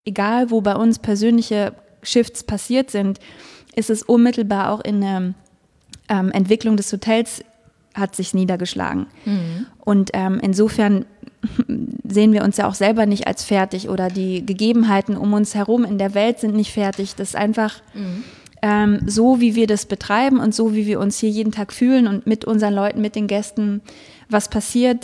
Egal, wo bei uns persönliche Shifts passiert sind, ist es unmittelbar auch in der Entwicklung des Hotels hat sich niedergeschlagen. Mhm. Und insofern sehen wir uns ja auch selber nicht als fertig oder die Gegebenheiten um uns herum in der Welt sind nicht fertig. Das ist einfach so, wie wir das betreiben und so, wie wir uns hier jeden Tag fühlen und mit unseren Leuten, mit den Gästen, was passiert,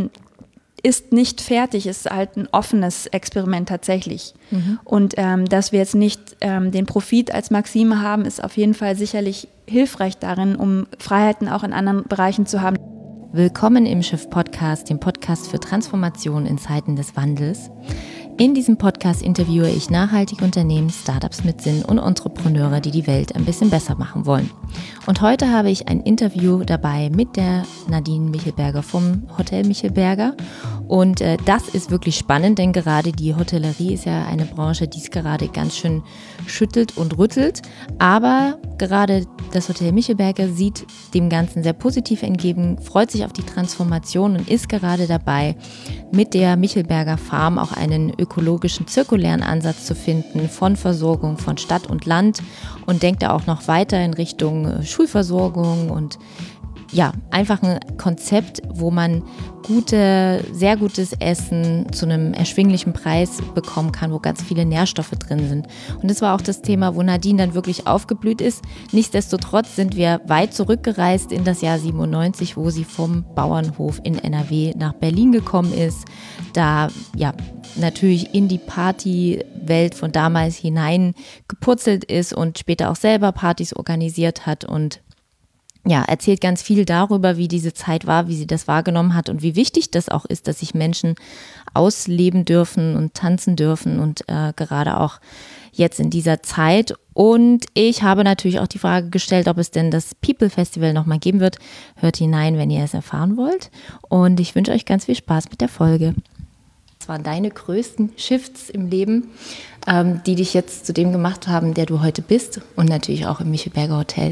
ist nicht fertig, ist halt ein offenes Experiment tatsächlich. Mhm. Und dass wir jetzt nicht den Profit als Maxime haben, ist auf jeden Fall sicherlich hilfreich darin, um Freiheiten auch in anderen Bereichen zu haben. Willkommen im Schiff-Podcast, dem Podcast für Transformation in Zeiten des Wandels. In diesem Podcast interviewe ich nachhaltige Unternehmen, Startups mit Sinn und Entrepreneure, die die Welt ein bisschen besser machen wollen. Und heute habe ich ein Interview dabei mit der Nadine Michelberger vom Hotel Michelberger. Und das ist wirklich spannend, denn gerade die Hotellerie ist ja eine Branche, die es gerade ganz schön schüttelt und rüttelt. Aber gerade das Hotel Michelberger sieht dem Ganzen sehr positiv entgegen, freut sich auf die Transformation und ist gerade dabei, mit der Michelberger Farm auch einen ökologischen, zirkulären Ansatz zu finden von Versorgung von Stadt und Land und denkt da auch noch weiter in Richtung Schulversorgung und ja, einfach ein Konzept, wo man sehr gutes Essen zu einem erschwinglichen Preis bekommen kann, wo ganz viele Nährstoffe drin sind. Und das war auch das Thema, wo Nadine dann wirklich aufgeblüht ist. Nichtsdestotrotz sind wir weit zurückgereist in das Jahr 97, wo sie vom Bauernhof in NRW nach Berlin gekommen ist, da ja natürlich in die Partywelt von damals hinein gepurzelt ist und später auch selber Partys organisiert hat und ja, erzählt ganz viel darüber, wie diese Zeit war, wie sie das wahrgenommen hat und wie wichtig das auch ist, dass sich Menschen ausleben dürfen und tanzen dürfen und gerade auch jetzt in dieser Zeit. Und ich habe natürlich auch die Frage gestellt, ob es denn das People Festival nochmal geben wird. Hört hinein, wenn ihr es erfahren wollt. Und ich wünsche euch ganz viel Spaß mit der Folge. Was waren deine größten Shifts im Leben, die dich jetzt zu dem gemacht haben, der du heute bist und natürlich auch im Michelberger Hotel?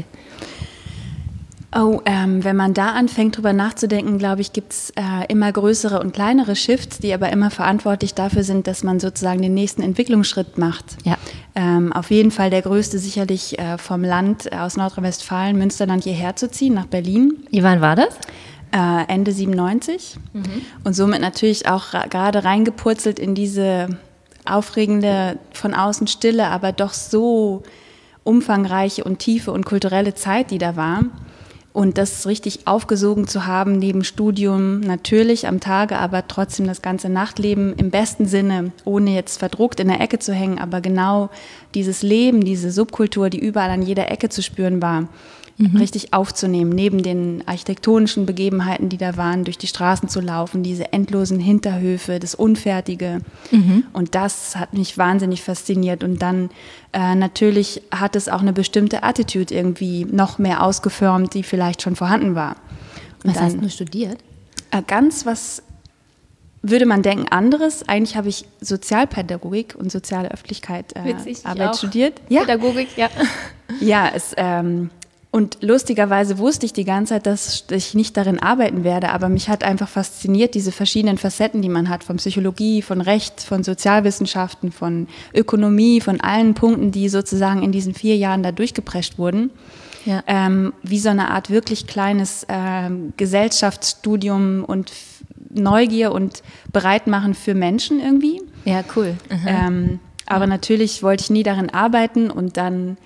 Oh, wenn man da anfängt, drüber nachzudenken, glaube ich, gibt es immer größere und kleinere Shifts, die aber immer verantwortlich dafür sind, dass man sozusagen den nächsten Entwicklungsschritt macht. Ja. Auf jeden Fall der größte sicherlich vom Land aus Nordrhein-Westfalen, Münsterland hierher zu ziehen, nach Berlin. Wann war das? Ende 97 und somit natürlich auch gerade reingepurzelt in diese aufregende, von außen stille, aber doch so umfangreiche und tiefe und kulturelle Zeit, die da war. Und das richtig aufgesogen zu haben, neben Studium natürlich am Tage, aber trotzdem das ganze Nachtleben im besten Sinne, ohne jetzt verdruckt in der Ecke zu hängen, aber genau dieses Leben, diese Subkultur, die überall an jeder Ecke zu spüren war, richtig aufzunehmen, neben den architektonischen Begebenheiten, die da waren, durch die Straßen zu laufen, diese endlosen Hinterhöfe, das Unfertige. Und das hat mich wahnsinnig fasziniert. Und dann natürlich hat es auch eine bestimmte Attitude irgendwie noch mehr ausgeformt, die vielleicht schon vorhanden war. Und was hast du studiert? Ganz was, würde man denken, anderes. Eigentlich habe ich Sozialpädagogik und soziale Öffentlichkeit Arbeit studiert. Ja. Pädagogik, ja. Ja, und lustigerweise wusste ich die ganze Zeit, dass ich nicht darin arbeiten werde, aber mich hat einfach fasziniert, diese verschiedenen Facetten, die man hat, von Psychologie, von Recht, von Sozialwissenschaften, von Ökonomie, von allen Punkten, die sozusagen in diesen 4 Jahren da durchgeprescht wurden. Ja. Wie so eine Art wirklich kleines Gesellschaftsstudium und Neugier und Bereitmachen für Menschen irgendwie. Ja, cool. Aber natürlich wollte ich nie darin arbeiten und dann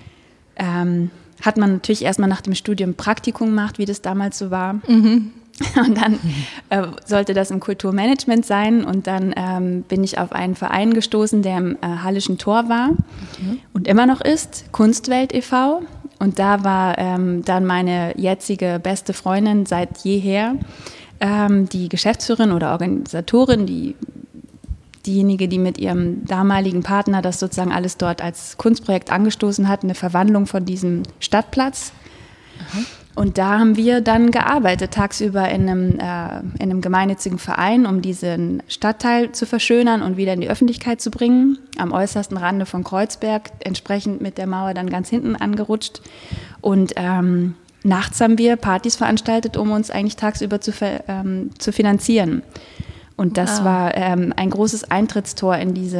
hat man natürlich erstmal nach dem Studium Praktikum gemacht, wie das damals so war. Und dann sollte das im Kulturmanagement sein. Und dann bin ich auf einen Verein gestoßen, der im Hallischen Tor war und immer noch ist, Kunstwelt e.V. Und da war dann meine jetzige beste Freundin seit jeher, die Geschäftsführerin oder Organisatorin, diejenige, die mit ihrem damaligen Partner das sozusagen alles dort als Kunstprojekt angestoßen hat, eine Verwandlung von diesem Stadtplatz. Und da haben wir dann gearbeitet, tagsüber in einem gemeinnützigen Verein, um diesen Stadtteil zu verschönern und wieder in die Öffentlichkeit zu bringen, am äußersten Rande von Kreuzberg, entsprechend mit der Mauer dann ganz hinten angerutscht. Und nachts haben wir Partys veranstaltet, um uns eigentlich tagsüber zu finanzieren. Und das war ein großes Eintrittstor in diese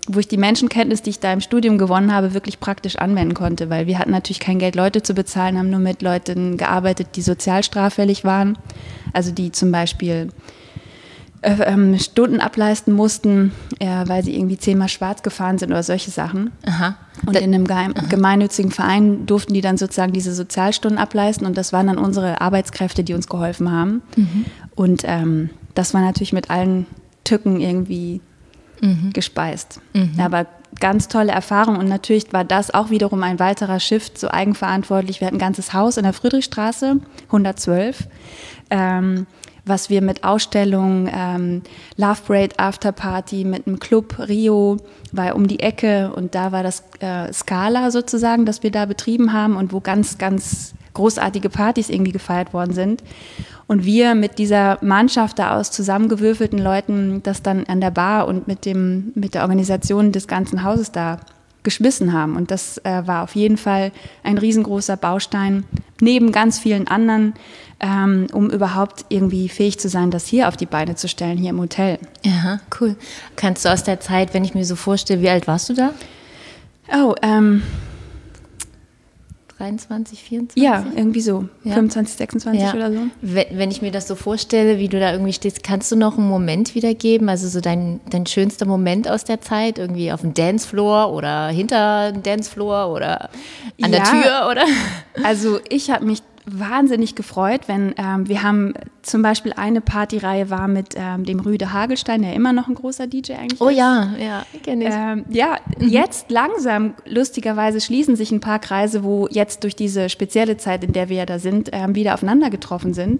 wo ich die Menschenkenntnis, die ich da im Studium gewonnen habe, wirklich praktisch anwenden konnte, weil wir hatten natürlich kein Geld, Leute zu bezahlen, haben nur mit Leuten gearbeitet, die sozial straffällig waren, also die zum Beispiel Stunden ableisten mussten, weil sie irgendwie 10-mal schwarz gefahren sind oder solche Sachen. Aha. Und in einem gemeinnützigen Verein durften die dann sozusagen diese Sozialstunden ableisten und das waren dann unsere Arbeitskräfte, die uns geholfen haben. Und das war natürlich mit allen Tücken irgendwie gespeist. Aber ganz tolle Erfahrung und natürlich war das auch wiederum ein weiterer Shift, so eigenverantwortlich. Wir hatten ein ganzes Haus in der Friedrichstraße, 112, was wir mit Ausstellungen, Love Parade, Afterparty, mit einem Club, Rio war um die Ecke und da war das Scala sozusagen, das wir da betrieben haben und wo ganz, ganz großartige Partys irgendwie gefeiert worden sind. Und wir mit dieser Mannschaft da aus zusammengewürfelten Leuten das dann an der Bar und mit der Organisation des ganzen Hauses da geschmissen haben. Und das war auf jeden Fall ein riesengroßer Baustein, neben ganz vielen anderen, um überhaupt irgendwie fähig zu sein, das hier auf die Beine zu stellen, hier im Hotel. Ja, cool. Kannst du aus der Zeit, wenn ich mir so vorstelle, wie alt warst du da? Oh, 23, 24? Ja, irgendwie so. Ja. 25, 26 oder so. Wenn ich mir das so vorstelle, wie du da irgendwie stehst, kannst du noch einen Moment wiedergeben? Also so dein schönster Moment aus der Zeit? Irgendwie auf dem Dancefloor oder hinter dem Dancefloor oder an der Tür? Oder? Also ich habe mich wahnsinnig gefreut, wenn wir haben zum Beispiel eine Partyreihe war mit dem Rüde Hagelstein, der immer noch ein großer DJ eigentlich ist. Oh ja, kenne ich. Jetzt langsam, lustigerweise, schließen sich ein paar Kreise, wo jetzt durch diese spezielle Zeit, in der wir ja da sind, wieder aufeinander getroffen sind.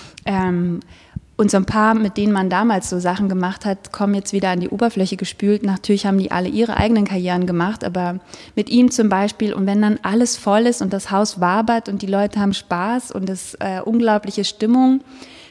Und so ein paar, mit denen man damals so Sachen gemacht hat, kommen jetzt wieder an die Oberfläche gespült. Natürlich haben die alle ihre eigenen Karrieren gemacht, aber mit ihm zum Beispiel. Und wenn dann alles voll ist und das Haus wabert und die Leute haben Spaß und es unglaubliche Stimmung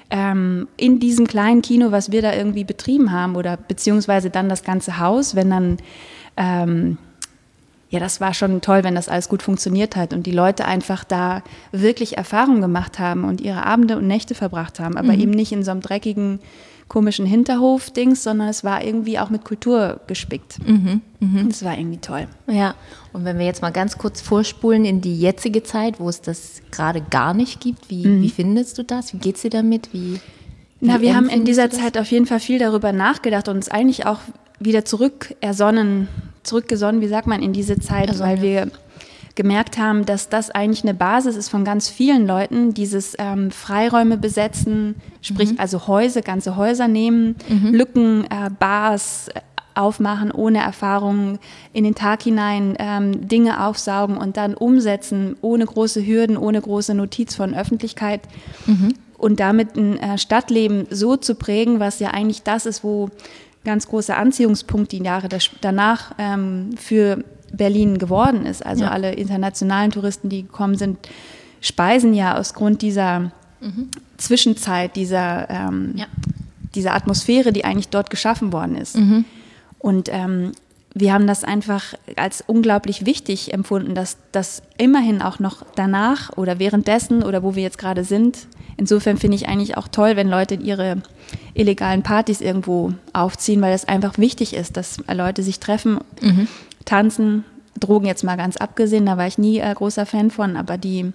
in diesem kleinen Kino, was wir da irgendwie betrieben haben oder beziehungsweise dann das ganze Haus, wenn dann das war schon toll, wenn das alles gut funktioniert hat und die Leute einfach da wirklich Erfahrungen gemacht haben und ihre Abende und Nächte verbracht haben, aber eben nicht in so einem dreckigen, komischen Hinterhof-Dings, sondern es war irgendwie auch mit Kultur gespickt. Das war irgendwie toll. Ja, und wenn wir jetzt mal ganz kurz vorspulen in die jetzige Zeit, wo es das gerade gar nicht gibt, wie findest du das? Wie geht's dir damit? Wir haben in dieser Zeit auf jeden Fall viel darüber nachgedacht und uns eigentlich auch wieder zurückgesonnen, wie sagt man, in diese Zeit, weil wir gemerkt haben, dass das eigentlich eine Basis ist von ganz vielen Leuten, dieses Freiräume besetzen, sprich also ganze Häuser nehmen, Lücken, Bars aufmachen ohne Erfahrung, in den Tag hinein Dinge aufsaugen und dann umsetzen, ohne große Hürden, ohne große Notiz von Öffentlichkeit und damit ein Stadtleben so zu prägen, was ja eigentlich das ist, wo ganz großer Anziehungspunkt die Jahre danach für Berlin geworden ist. Also alle internationalen Touristen, die gekommen sind, speisen ja aus Grund dieser Zwischenzeit, dieser Atmosphäre, die eigentlich dort geschaffen worden ist. Und wir haben das einfach als unglaublich wichtig empfunden, dass das immerhin auch noch danach oder währenddessen oder wo wir jetzt gerade sind. Insofern finde ich eigentlich auch toll, wenn Leute ihre illegalen Partys irgendwo aufziehen, weil es einfach wichtig ist, dass Leute sich treffen, tanzen, Drogen jetzt mal ganz abgesehen, da war ich nie großer Fan von, aber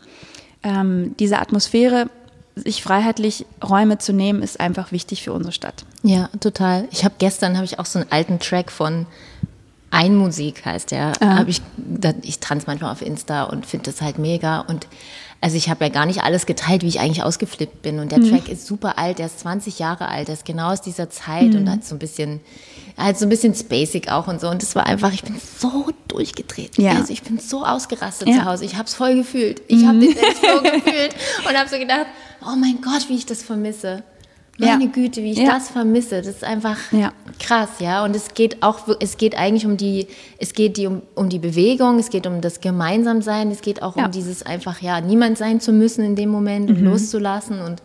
diese Atmosphäre, sich freiheitlich Räume zu nehmen, ist einfach wichtig für unsere Stadt. Ja, total. Gestern habe ich auch so einen alten Track von Einmusik, heißt der. Ich tanze manchmal auf Insta und finde das halt mega. Und also ich habe ja gar nicht alles geteilt, wie ich eigentlich ausgeflippt bin. Und der Track ist super alt, der ist 20 Jahre alt, der ist genau aus dieser Zeit und hat so ein bisschen spacig auch und so. Und das war einfach, ich bin so durchgedreht. Ja. Also ich bin so ausgerastet zu Hause. Ich habe es voll gefühlt. Ich habe den Dancefloor gefühlt und habe so gedacht, oh mein Gott, wie ich das vermisse. Meine Güte, wie ich das vermisse. Das ist einfach krass, ja. Und es geht eigentlich um die Bewegung, es geht um das Gemeinsamsein, es geht auch um dieses einfach, niemand sein zu müssen in dem Moment und loszulassen. Und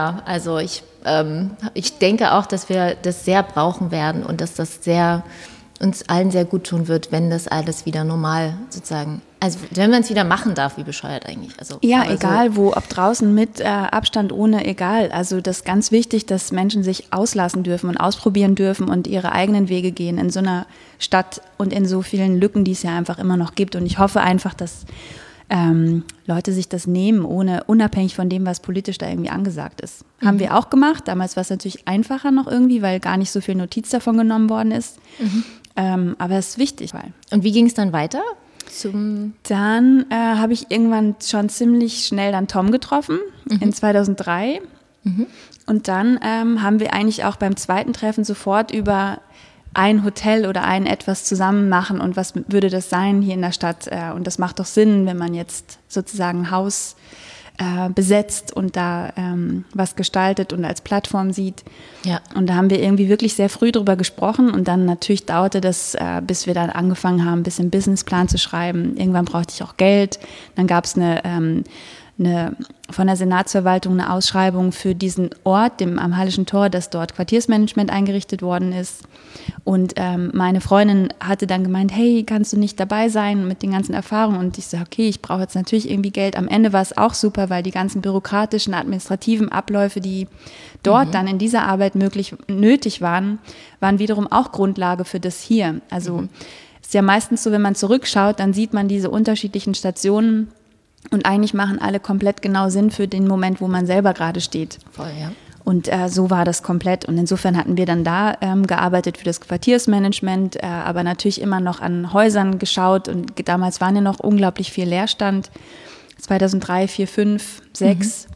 also ich denke auch, dass wir das sehr brauchen werden und dass das sehr uns allen sehr gut tun wird, wenn das alles wieder normal sozusagen, also wenn man es wieder machen darf, wie bescheuert eigentlich. Also, ja, egal wo, ob draußen mit Abstand, ohne, egal. Also das ist ganz wichtig, dass Menschen sich auslassen dürfen und ausprobieren dürfen und ihre eigenen Wege gehen in so einer Stadt und in so vielen Lücken, die es ja einfach immer noch gibt. Und ich hoffe einfach, dass Leute sich das nehmen, unabhängig von dem, was politisch da irgendwie angesagt ist. Haben wir auch gemacht. Damals war es natürlich einfacher noch irgendwie, weil gar nicht so viel Notiz davon genommen worden ist. Aber es ist wichtig. Und wie ging es dann weiter? Dann habe ich irgendwann schon ziemlich schnell dann Tom getroffen, in 2003. Und dann haben wir eigentlich auch beim zweiten Treffen sofort über ein Hotel oder ein etwas zusammen machen und was würde das sein hier in der Stadt. Und das macht doch Sinn, wenn man jetzt sozusagen ein Haus besetzt und da was gestaltet und als Plattform sieht. Ja. Und da haben wir irgendwie wirklich sehr früh drüber gesprochen und dann natürlich dauerte das, bis wir dann angefangen haben, ein bisschen Businessplan zu schreiben. Irgendwann brauchte ich auch Geld. Dann gab es von der Senatsverwaltung eine Ausschreibung für diesen Ort, am Hallischen Tor, dass dort Quartiersmanagement eingerichtet worden ist. Und meine Freundin hatte dann gemeint, hey, kannst du nicht dabei sein mit den ganzen Erfahrungen? Und ich so, okay, ich brauche jetzt natürlich irgendwie Geld. Am Ende war es auch super, weil die ganzen bürokratischen, administrativen Abläufe, die dort dann in dieser Arbeit nötig waren wiederum auch Grundlage für das hier. Also ist ja meistens so, wenn man zurückschaut, dann sieht man diese unterschiedlichen Stationen und eigentlich machen alle komplett genau Sinn für den Moment, wo man selber gerade steht. Voll, ja. Und so war das komplett. Und insofern hatten wir dann da gearbeitet für das Quartiersmanagement, aber natürlich immer noch an Häusern geschaut. Und damals waren ja noch unglaublich viel Leerstand. 2003, 4, 5, 6.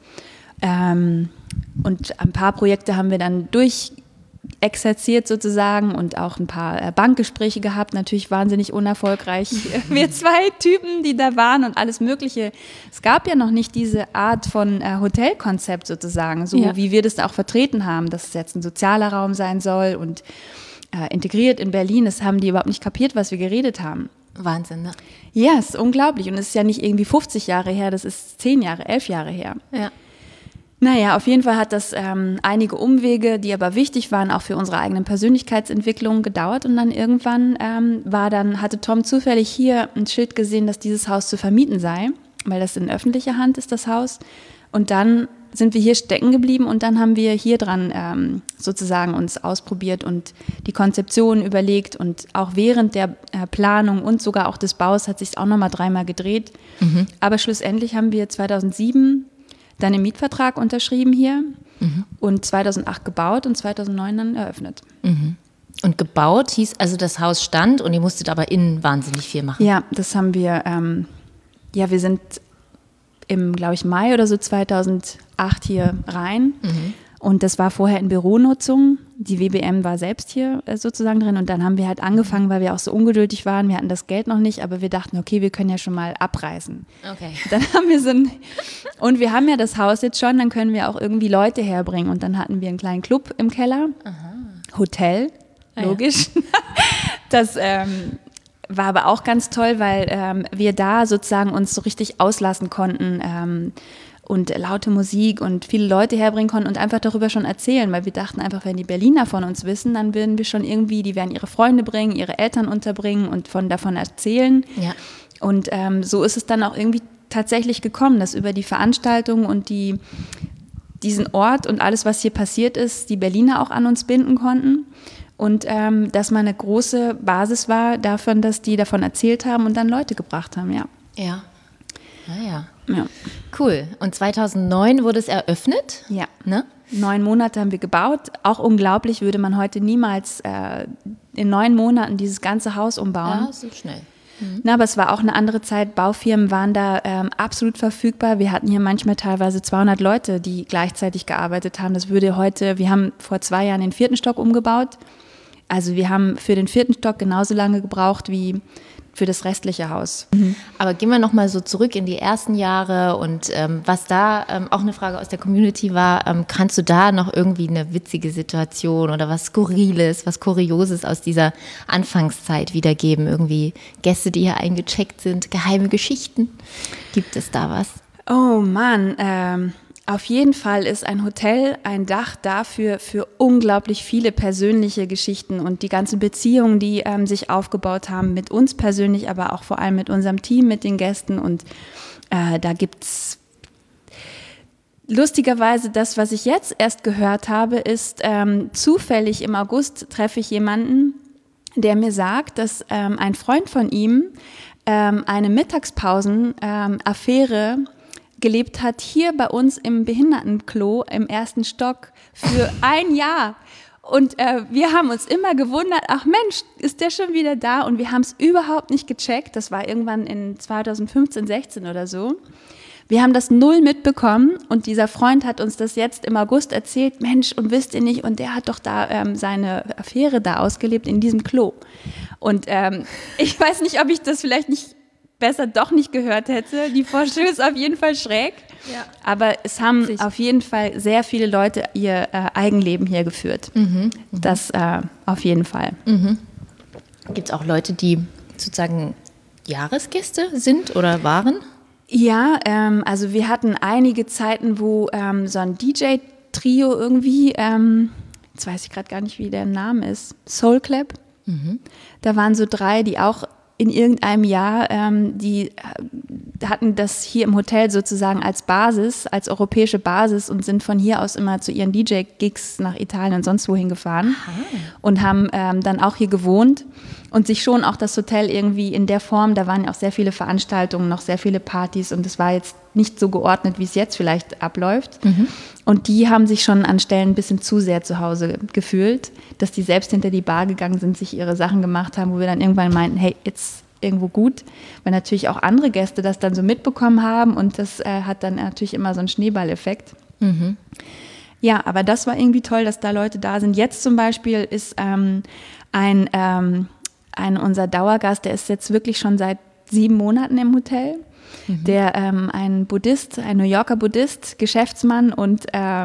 Und ein paar Projekte haben wir dann durchexerziert sozusagen und auch ein paar Bankgespräche gehabt, natürlich wahnsinnig unerfolgreich. Wir zwei Typen, die da waren und alles Mögliche. Es gab ja noch nicht diese Art von Hotelkonzept sozusagen, so wie wir das auch vertreten haben, dass es jetzt ein sozialer Raum sein soll und integriert in Berlin. Das haben die überhaupt nicht kapiert, was wir geredet haben. Wahnsinn, ne? Ja, es ist unglaublich und es ist ja nicht irgendwie 50 Jahre her, das ist 10 Jahre, 11 Jahre her. Ja. Naja, auf jeden Fall hat das einige Umwege, die aber wichtig waren, auch für unsere eigenen Persönlichkeitsentwicklung gedauert. Und dann irgendwann hatte Tom zufällig hier ein Schild gesehen, dass dieses Haus zu vermieten sei, weil das in öffentlicher Hand ist, das Haus. Und dann sind wir hier stecken geblieben und dann haben wir hier dran sozusagen uns ausprobiert und die Konzeption überlegt. Und auch während der Planung und sogar auch des Baus hat sich es auch nochmal 3-mal gedreht. Aber schlussendlich haben wir 2007 dann einen Mietvertrag unterschrieben hier und 2008 gebaut und 2009 dann eröffnet. Und gebaut hieß, also das Haus stand und ihr musstet aber innen wahnsinnig viel machen. Ja, das haben wir, wir sind im, glaube ich, Mai oder so 2008 hier rein. Und das war vorher in Büronutzung. Die WBM war selbst hier sozusagen drin. Und dann haben wir halt angefangen, weil wir auch so ungeduldig waren. Wir hatten das Geld noch nicht, aber wir dachten, okay, wir können ja schon mal abreißen. Okay. Dann haben wir und wir haben ja das Haus jetzt schon, dann können wir auch irgendwie Leute herbringen. Und dann hatten wir einen kleinen Club im Keller. Hotel, logisch. Ja. Das war aber auch ganz toll, weil wir da sozusagen uns so richtig auslassen konnten. Und laute Musik und viele Leute herbringen konnten und einfach darüber schon erzählen, weil wir dachten einfach, wenn die Berliner von uns wissen, dann würden wir schon irgendwie, die werden ihre Freunde bringen, ihre Eltern unterbringen und davon erzählen. Ja. Und so ist es dann auch irgendwie tatsächlich gekommen, dass über die Veranstaltungen und diesen Ort und alles, was hier passiert ist, die Berliner auch an uns binden konnten. Und dass man eine große Basis war davon, dass die davon erzählt haben und dann Leute gebracht haben, ja. Ja. Ja. Ja. Cool. Und 2009 wurde es eröffnet? Ja. Ne? 9 Monate haben wir gebaut. Auch unglaublich, würde man heute niemals in 9 Monaten dieses ganze Haus umbauen. Ja, so schnell. Na, aber es war auch eine andere Zeit. Baufirmen waren da absolut verfügbar. Wir hatten hier manchmal teilweise 200 Leute, die gleichzeitig gearbeitet haben. Wir haben vor 2 Jahren den 4. Stock umgebaut. Also wir haben für den 4. Stock genauso lange gebraucht wie für das restliche Haus. Aber gehen wir nochmal so zurück in die ersten Jahre und was da auch eine Frage aus der Community war, kannst du da noch irgendwie eine witzige Situation oder was Skurriles, was Kurioses aus dieser Anfangszeit wiedergeben? Irgendwie Gäste, die hier eingecheckt sind, geheime Geschichten? Gibt es da was? Oh Mann, Auf jeden Fall ist ein Hotel ein Dach dafür für unglaublich viele persönliche Geschichten und die ganzen Beziehungen, die sich aufgebaut haben mit uns persönlich, aber auch vor allem mit unserem Team, mit den Gästen. Und da gibt's lustigerweise das, was ich jetzt erst gehört habe, ist zufällig im August treffe ich jemanden, der mir sagt, dass ein Freund von ihm eine Mittagspausen-Affäre gelebt hat, hier bei uns im Behindertenklo im 1. Stock für ein Jahr. Und wir haben uns immer gewundert, ach Mensch, ist der schon wieder da? Und wir haben es überhaupt nicht gecheckt. Das war irgendwann in 2015, 16 oder so. Wir haben das null mitbekommen und dieser Freund hat uns das jetzt im August erzählt. Mensch, und wisst ihr nicht, und der hat doch da seine Affäre da ausgelebt in diesem Klo. Und ich weiß nicht, ob ich das vielleicht nicht besser doch nicht gehört hätte. Die Vorstellung ist auf jeden Fall schräg. Ja. Aber es haben auf jeden Fall sehr viele Leute ihr Eigenleben hier geführt. Das auf jeden Fall. Gibt es auch Leute, die sozusagen Jahresgäste sind oder waren? Ja, also wir hatten einige Zeiten, wo so ein DJ-Trio irgendwie, jetzt weiß ich gerade gar nicht, wie der Name ist, Soul Clap. Da waren so 3, die auch in irgendeinem Jahr, die hatten das hier im Hotel sozusagen als Basis, als europäische Basis und sind von hier aus immer zu ihren DJ-Gigs nach Italien und sonst wohin gefahren. Aha. Und haben dann auch hier gewohnt und sich schon auch das Hotel irgendwie in der Form, da waren ja auch sehr viele Veranstaltungen, noch sehr viele Partys und es war jetzt nicht so geordnet, wie es jetzt vielleicht abläuft. Und die haben sich schon an Stellen ein bisschen zu sehr zu Hause gefühlt, dass die selbst hinter die Bar gegangen sind, sich ihre Sachen gemacht haben, wo wir dann irgendwann meinten, hey, jetzt irgendwo gut, weil natürlich auch andere Gäste das dann so mitbekommen haben und das hat dann natürlich immer so einen Schneeballeffekt. Ja, aber das war irgendwie toll, dass da Leute da sind. Jetzt zum Beispiel ist unser Dauergast, der ist jetzt wirklich schon seit 7 Monaten im Hotel. Der ein Buddhist, ein New Yorker Buddhist, Geschäftsmann und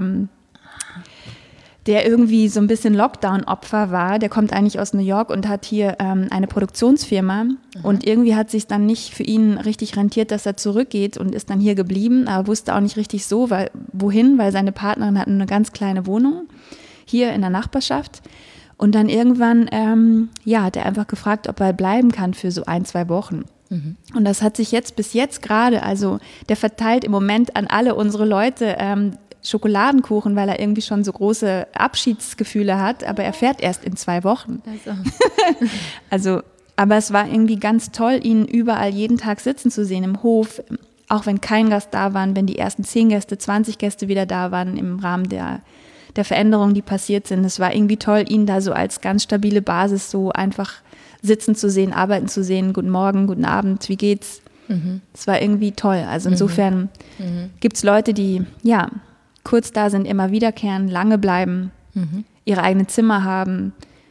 der irgendwie so ein bisschen Lockdown-Opfer war. Der kommt eigentlich aus New York und hat hier eine Produktionsfirma. Und irgendwie hat es sich dann nicht für ihn richtig rentiert, dass er zurückgeht und ist dann hier geblieben, aber wusste auch nicht richtig so, wohin, weil seine Partnerin hat eine ganz kleine Wohnung hier in der Nachbarschaft. Und dann irgendwann hat er einfach gefragt, ob er bleiben kann für so 1-2 Wochen. Und das hat sich bis jetzt gerade, also der verteilt im Moment an alle unsere Leute Schokoladenkuchen, weil er irgendwie schon so große Abschiedsgefühle hat, aber er fährt erst in 2 Wochen. Also, aber es war irgendwie ganz toll, ihn überall jeden Tag sitzen zu sehen im Hof, auch wenn kein Gast da war, wenn die ersten 10 Gäste, 20 Gäste wieder da waren im Rahmen der Veränderungen, die passiert sind. Es war irgendwie toll, ihn da so als ganz stabile Basis so einfach sitzen zu sehen, arbeiten zu sehen, guten Morgen, guten Abend, wie geht's? Das war irgendwie toll. Also insofern gibt es Leute, die kurz da sind, immer wiederkehren, lange bleiben, ihre eigenen Zimmer haben,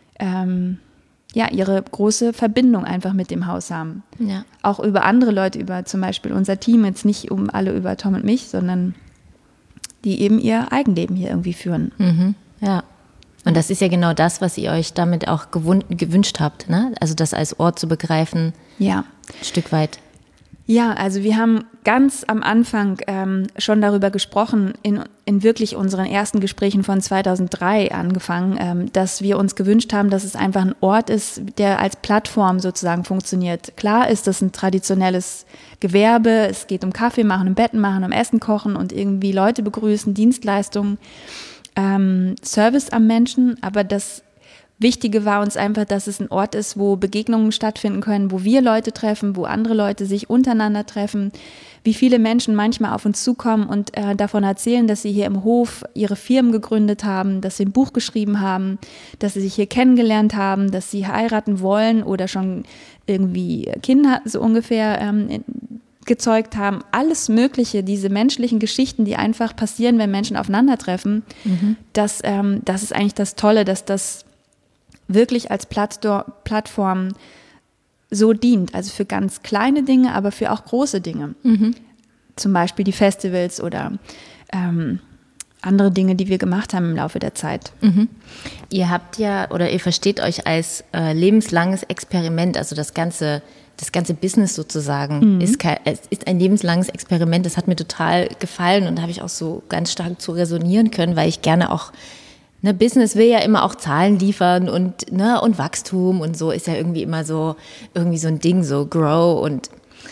ihre große Verbindung einfach mit dem Haus haben. Ja. Auch über andere Leute, über zum Beispiel unser Team, jetzt nicht alle über Tom und mich, sondern die eben ihr Eigenleben hier irgendwie führen. Ja. Und das ist ja genau das, was ihr euch damit auch gewünscht habt, ne? Also das als Ort zu begreifen, ein Stück weit. Ja, also wir haben ganz am Anfang schon darüber gesprochen, in wirklich unseren ersten Gesprächen von 2003 angefangen, dass wir uns gewünscht haben, dass es einfach ein Ort ist, der als Plattform sozusagen funktioniert. Klar ist das ein traditionelles Gewerbe, es geht um Kaffee machen, um Betten machen, um Essen kochen und irgendwie Leute begrüßen, Dienstleistungen, Service am Menschen, aber das Wichtige war uns einfach, dass es ein Ort ist, wo Begegnungen stattfinden können, wo wir Leute treffen, wo andere Leute sich untereinander treffen, wie viele Menschen manchmal auf uns zukommen und davon erzählen, dass sie hier im Hof ihre Firmen gegründet haben, dass sie ein Buch geschrieben haben, dass sie sich hier kennengelernt haben, dass sie heiraten wollen oder schon irgendwie Kinder so ungefähr gezeugt haben. Alles Mögliche, diese menschlichen Geschichten, die einfach passieren, wenn Menschen aufeinandertreffen, das ist eigentlich das Tolle, dass das wirklich als Plattform so dient, also für ganz kleine Dinge, aber für auch große Dinge. Zum Beispiel die Festivals oder andere Dinge, die wir gemacht haben im Laufe der Zeit. Ihr habt ja, oder ihr versteht euch als lebenslanges Experiment, also das ganze Business sozusagen ist ein lebenslanges Experiment. Das hat mir total gefallen und da habe ich auch so ganz stark zu resonieren können, weil ich gerne auch, Business will ja immer auch Zahlen liefern und Wachstum und so ist ja irgendwie immer so, irgendwie so ein Ding, so grow und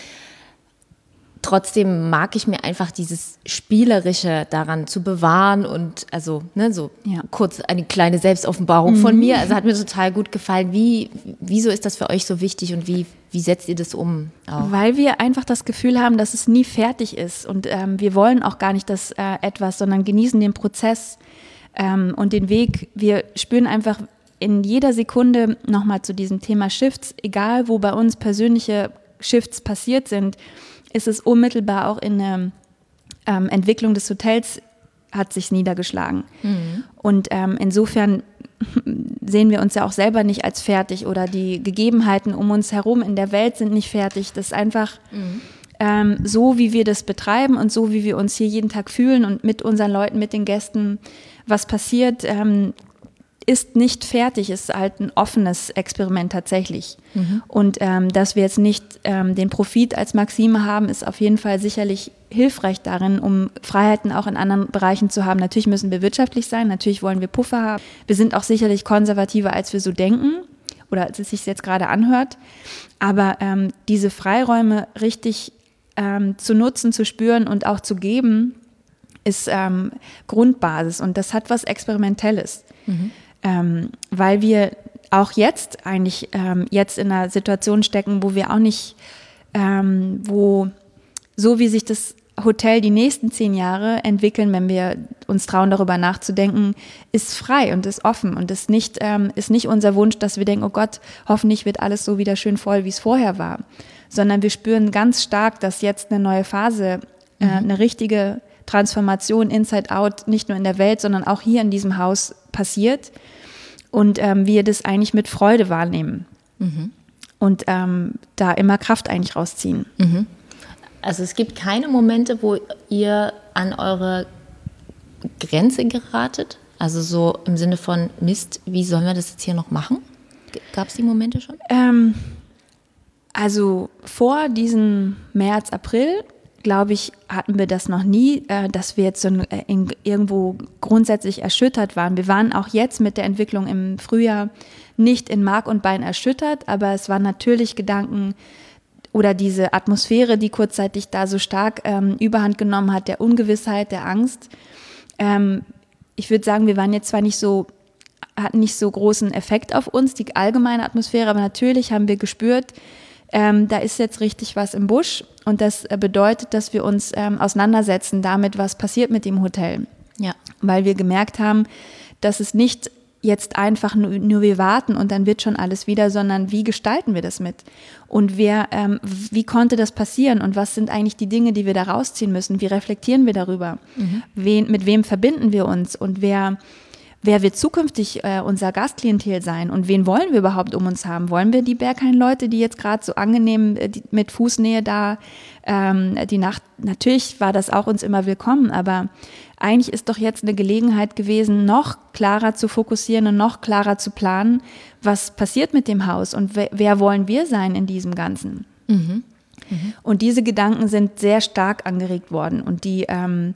trotzdem mag ich mir einfach dieses Spielerische daran zu bewahren und kurz eine kleine Selbstoffenbarung von mir. Also hat mir total gut gefallen. Wieso ist das für euch so wichtig und wie setzt ihr das um? Auch? Weil wir einfach das Gefühl haben, dass es nie fertig ist und wir wollen auch gar nicht das etwas, sondern genießen den Prozess und den Weg. Wir spüren einfach in jeder Sekunde nochmal zu diesem Thema Shifts, egal wo bei uns persönliche Shifts passiert sind, ist es unmittelbar auch in der Entwicklung des Hotels hat sich niedergeschlagen. Und insofern sehen wir uns ja auch selber nicht als fertig oder die Gegebenheiten um uns herum in der Welt sind nicht fertig. Das ist einfach so, wie wir das betreiben und so, wie wir uns hier jeden Tag fühlen und mit unseren Leuten, mit den Gästen, was passiert, ist nicht fertig, ist halt ein offenes Experiment tatsächlich. Und dass wir jetzt nicht den Profit als Maxime haben, ist auf jeden Fall sicherlich hilfreich darin, um Freiheiten auch in anderen Bereichen zu haben. Natürlich müssen wir wirtschaftlich sein, natürlich wollen wir Puffer haben. Wir sind auch sicherlich konservativer, als wir so denken oder als es sich jetzt gerade anhört. Aber diese Freiräume richtig zu nutzen, zu spüren und auch zu geben, ist Grundbasis und das hat was Experimentelles. Weil wir auch jetzt eigentlich jetzt in einer Situation stecken, wo wir auch nicht, wo so wie sich das Hotel die nächsten 10 Jahre entwickeln, wenn wir uns trauen, darüber nachzudenken, ist frei und ist offen und ist nicht unser Wunsch, dass wir denken, oh Gott, hoffentlich wird alles so wieder schön voll, wie es vorher war, sondern wir spüren ganz stark, dass jetzt eine neue Phase, eine richtige Transformation inside out, nicht nur in der Welt, sondern auch hier in diesem Haus passiert und wir das eigentlich mit Freude wahrnehmen und da immer Kraft eigentlich rausziehen. Also es gibt keine Momente, wo ihr an eure Grenze geratet? Also so im Sinne von Mist, wie sollen wir das jetzt hier noch machen? Gab es die Momente schon? Also vor diesem März, April, glaube ich, hatten wir das noch nie, dass wir jetzt so irgendwo grundsätzlich erschüttert waren. Wir waren auch jetzt mit der Entwicklung im Frühjahr nicht in Mark und Bein erschüttert, aber es waren natürlich Gedanken oder diese Atmosphäre, die kurzzeitig da so stark Überhand genommen hat, der Ungewissheit, der Angst. Ich würde sagen, wir waren jetzt zwar hatten nicht so großen Effekt auf uns, die allgemeine Atmosphäre, aber natürlich haben wir gespürt, da ist jetzt richtig was im Busch und das bedeutet, dass wir uns auseinandersetzen damit, was passiert mit dem Hotel. Ja. Weil wir gemerkt haben, dass es nicht jetzt einfach nur wir warten und dann wird schon alles wieder, sondern wie gestalten wir das mit? Und wie konnte das passieren und was sind eigentlich die Dinge, die wir da rausziehen müssen? Wie reflektieren wir darüber? Mit wem verbinden wir uns und wer wird zukünftig unser Gastklientel sein und wen wollen wir überhaupt um uns haben? Wollen wir die Berghain-Leute, die jetzt gerade so angenehm mit Fußnähe da die Nacht, natürlich war das auch uns immer willkommen, aber eigentlich ist doch jetzt eine Gelegenheit gewesen, noch klarer zu fokussieren und noch klarer zu planen, was passiert mit dem Haus und wer wollen wir sein in diesem Ganzen. Und diese Gedanken sind sehr stark angeregt worden und die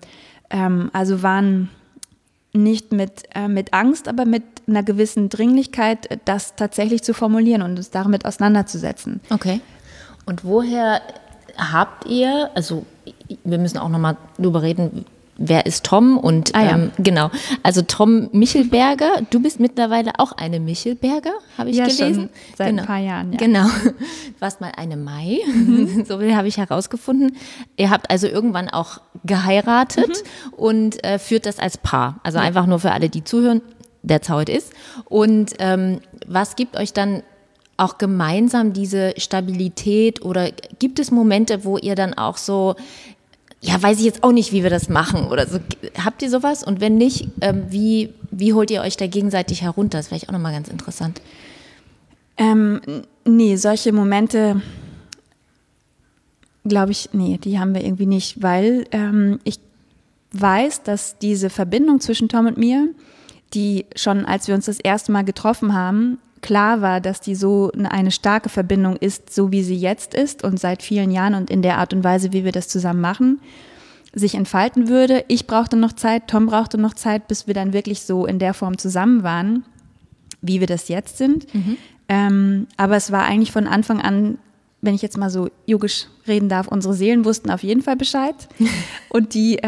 also waren nicht mit Angst, aber mit einer gewissen Dringlichkeit, das tatsächlich zu formulieren und uns damit auseinanderzusetzen. Okay. Und woher habt ihr, also wir müssen auch nochmal drüber reden, wer ist Tom und genau, also Tom Michelberger, du bist mittlerweile auch eine Michelberger, habe ich gelesen. Schon seit ein paar Jahren, ja. Genau, du warst mal eine Mai, so viel habe ich herausgefunden. Ihr habt also irgendwann auch geheiratet und führt das als Paar, also einfach nur für alle, die zuhören, that's how it is. Und was gibt euch dann auch gemeinsam diese Stabilität oder gibt es Momente, wo ihr dann auch so, ja, weiß ich jetzt auch nicht, wie wir das machen oder so. Habt ihr sowas? Und wenn nicht, wie holt ihr euch da gegenseitig herunter? Das ist vielleicht auch nochmal ganz interessant. Nee, solche Momente, glaube ich, nee, die haben wir irgendwie nicht, weil weiß, dass diese Verbindung zwischen Tom und mir, die schon, als wir uns das erste Mal getroffen haben, klar war, dass die so eine starke Verbindung ist, so wie sie jetzt ist und seit vielen Jahren und in der Art und Weise, wie wir das zusammen machen, sich entfalten würde. Ich brauchte noch Zeit, Tom brauchte noch Zeit, bis wir dann wirklich so in der Form zusammen waren, wie wir das jetzt sind. Aber es war eigentlich von Anfang an, wenn ich jetzt mal so yogisch reden darf, unsere Seelen wussten auf jeden Fall Bescheid. Und die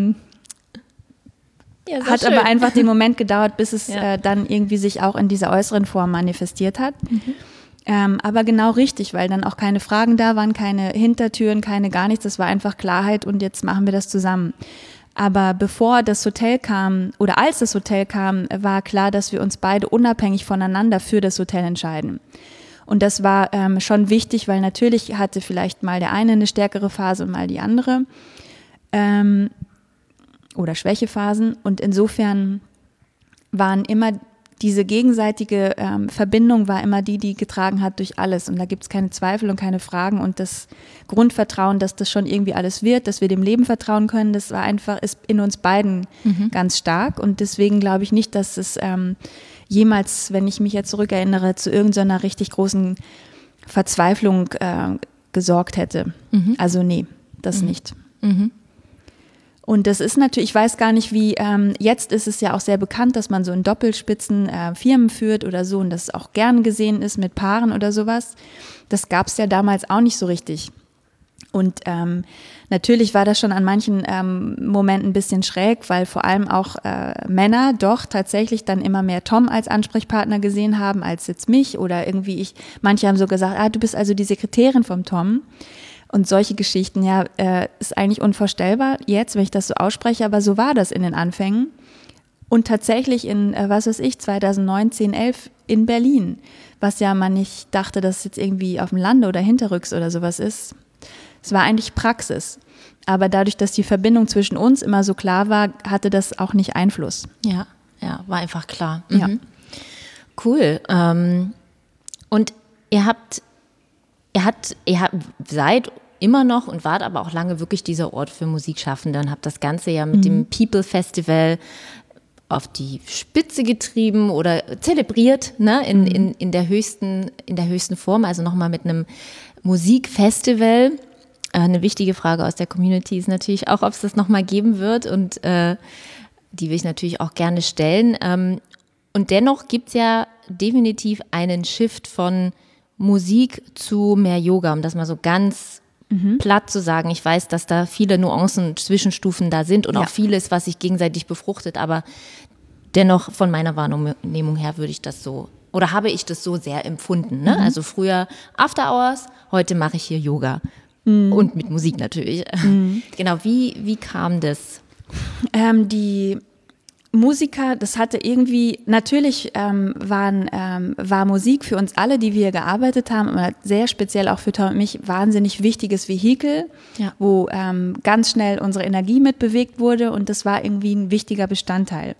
hat schön. Aber einfach den Moment gedauert, bis es dann irgendwie sich auch in dieser äußeren Form manifestiert hat. Aber genau richtig, weil dann auch keine Fragen da waren, keine Hintertüren, keine gar nichts. Das war einfach Klarheit und jetzt machen wir das zusammen. Aber bevor das Hotel kam oder als das Hotel kam, war klar, dass wir uns beide unabhängig voneinander für das Hotel entscheiden. Und das war schon wichtig, weil natürlich hatte vielleicht mal der eine eine stärkere Phase und mal die andere. Oder Schwächephasen. Und insofern waren immer diese gegenseitige Verbindung war immer die getragen hat durch alles. Und da gibt es keine Zweifel und keine Fragen. Und das Grundvertrauen, dass das schon irgendwie alles wird, dass wir dem Leben vertrauen können, das war einfach, ist in uns beiden ganz stark. Und deswegen glaube ich nicht, dass es jemals, wenn ich mich jetzt zurückerinnere, zu irgendeiner richtig großen Verzweiflung gesorgt hätte. Also nee, das nicht. Und das ist natürlich, ich weiß gar nicht wie, jetzt ist es ja auch sehr bekannt, dass man so in Doppelspitzen Firmen führt oder so und das auch gern gesehen ist mit Paaren oder sowas. Das gab es ja damals auch nicht so richtig. Und natürlich war das schon an manchen Momenten ein bisschen schräg, weil vor allem auch Männer doch tatsächlich dann immer mehr Tom als Ansprechpartner gesehen haben, als jetzt mich oder irgendwie manche haben so gesagt, du bist also die Sekretärin vom Tom. Und solche Geschichten, ja, ist eigentlich unvorstellbar jetzt, wenn ich das so ausspreche, aber so war das in den Anfängen. Und tatsächlich in, 2009, 10, 11 in Berlin, was ja man nicht dachte, dass es jetzt irgendwie auf dem Lande oder hinterrücks oder sowas ist. Es war eigentlich Praxis. Aber dadurch, dass die Verbindung zwischen uns immer so klar war, hatte das auch nicht Einfluss. Ja, war einfach klar. Ja. Cool. Und ihr seid immer noch und wart aber auch lange wirklich dieser Ort für Musikschaffende und habt das Ganze ja mit dem People Festival auf die Spitze getrieben oder zelebriert, ne, in der höchsten Form, also nochmal mit einem Musikfestival. Eine wichtige Frage aus der Community ist natürlich auch, ob es das nochmal geben wird und die will ich natürlich auch gerne stellen. Und dennoch gibt es ja definitiv einen Shift von Musik zu mehr Yoga, um das mal so ganz platt zu sagen. Ich weiß, dass da viele Nuancen, Zwischenstufen da sind und auch vieles, was sich gegenseitig befruchtet, aber dennoch von meiner Wahrnehmung her habe ich das so sehr empfunden. Ne? Also früher After Hours, heute mache ich hier Yoga und mit Musik natürlich. Genau, wie kam das? Die Musiker, das hatte irgendwie, natürlich war Musik für uns alle, die wir gearbeitet haben, aber sehr speziell auch für Tom und mich, wahnsinnig wichtiges Vehikel, wo ganz schnell unsere Energie mitbewegt wurde und das war irgendwie ein wichtiger Bestandteil.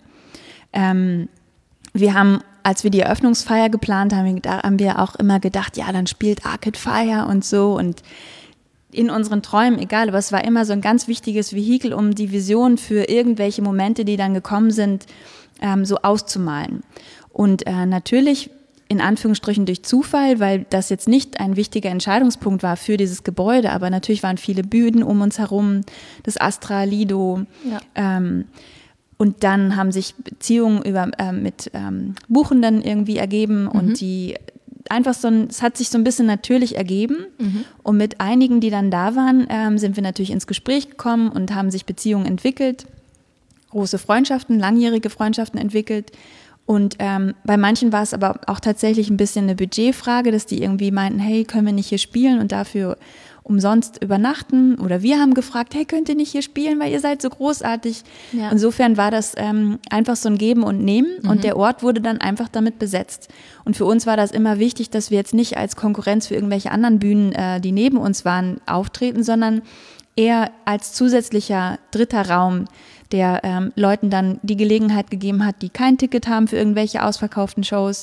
Wir haben, als wir die Eröffnungsfeier geplant haben, haben wir auch immer gedacht, ja, dann spielt Arcade Fire und so und in unseren Träumen, egal, aber es war immer so ein ganz wichtiges Vehikel, um die Vision für irgendwelche Momente, die dann gekommen sind, so auszumalen. Und natürlich, in Anführungsstrichen durch Zufall, weil das jetzt nicht ein wichtiger Entscheidungspunkt war für dieses Gebäude, aber natürlich waren viele Bühnen um uns herum, das Astra, Lido. Ja. Und dann haben sich Beziehungen mit Buchenden irgendwie ergeben und die einfach es hat sich so ein bisschen natürlich ergeben und mit einigen, die dann da waren, sind wir natürlich ins Gespräch gekommen und haben sich Beziehungen entwickelt, große Freundschaften, langjährige Freundschaften entwickelt und bei manchen war es aber auch tatsächlich ein bisschen eine Budgetfrage, dass die irgendwie meinten, hey, können wir nicht hier spielen und dafür umsonst übernachten oder wir haben gefragt, hey, könnt ihr nicht hier spielen, weil ihr seid so großartig. Ja. Insofern war das einfach so ein Geben und Nehmen und der Ort wurde dann einfach damit besetzt. Und für uns war das immer wichtig, dass wir jetzt nicht als Konkurrenz für irgendwelche anderen Bühnen, die neben uns waren, auftreten, sondern eher als zusätzlicher dritter Raum, der Leuten dann die Gelegenheit gegeben hat, die kein Ticket haben für irgendwelche ausverkauften Shows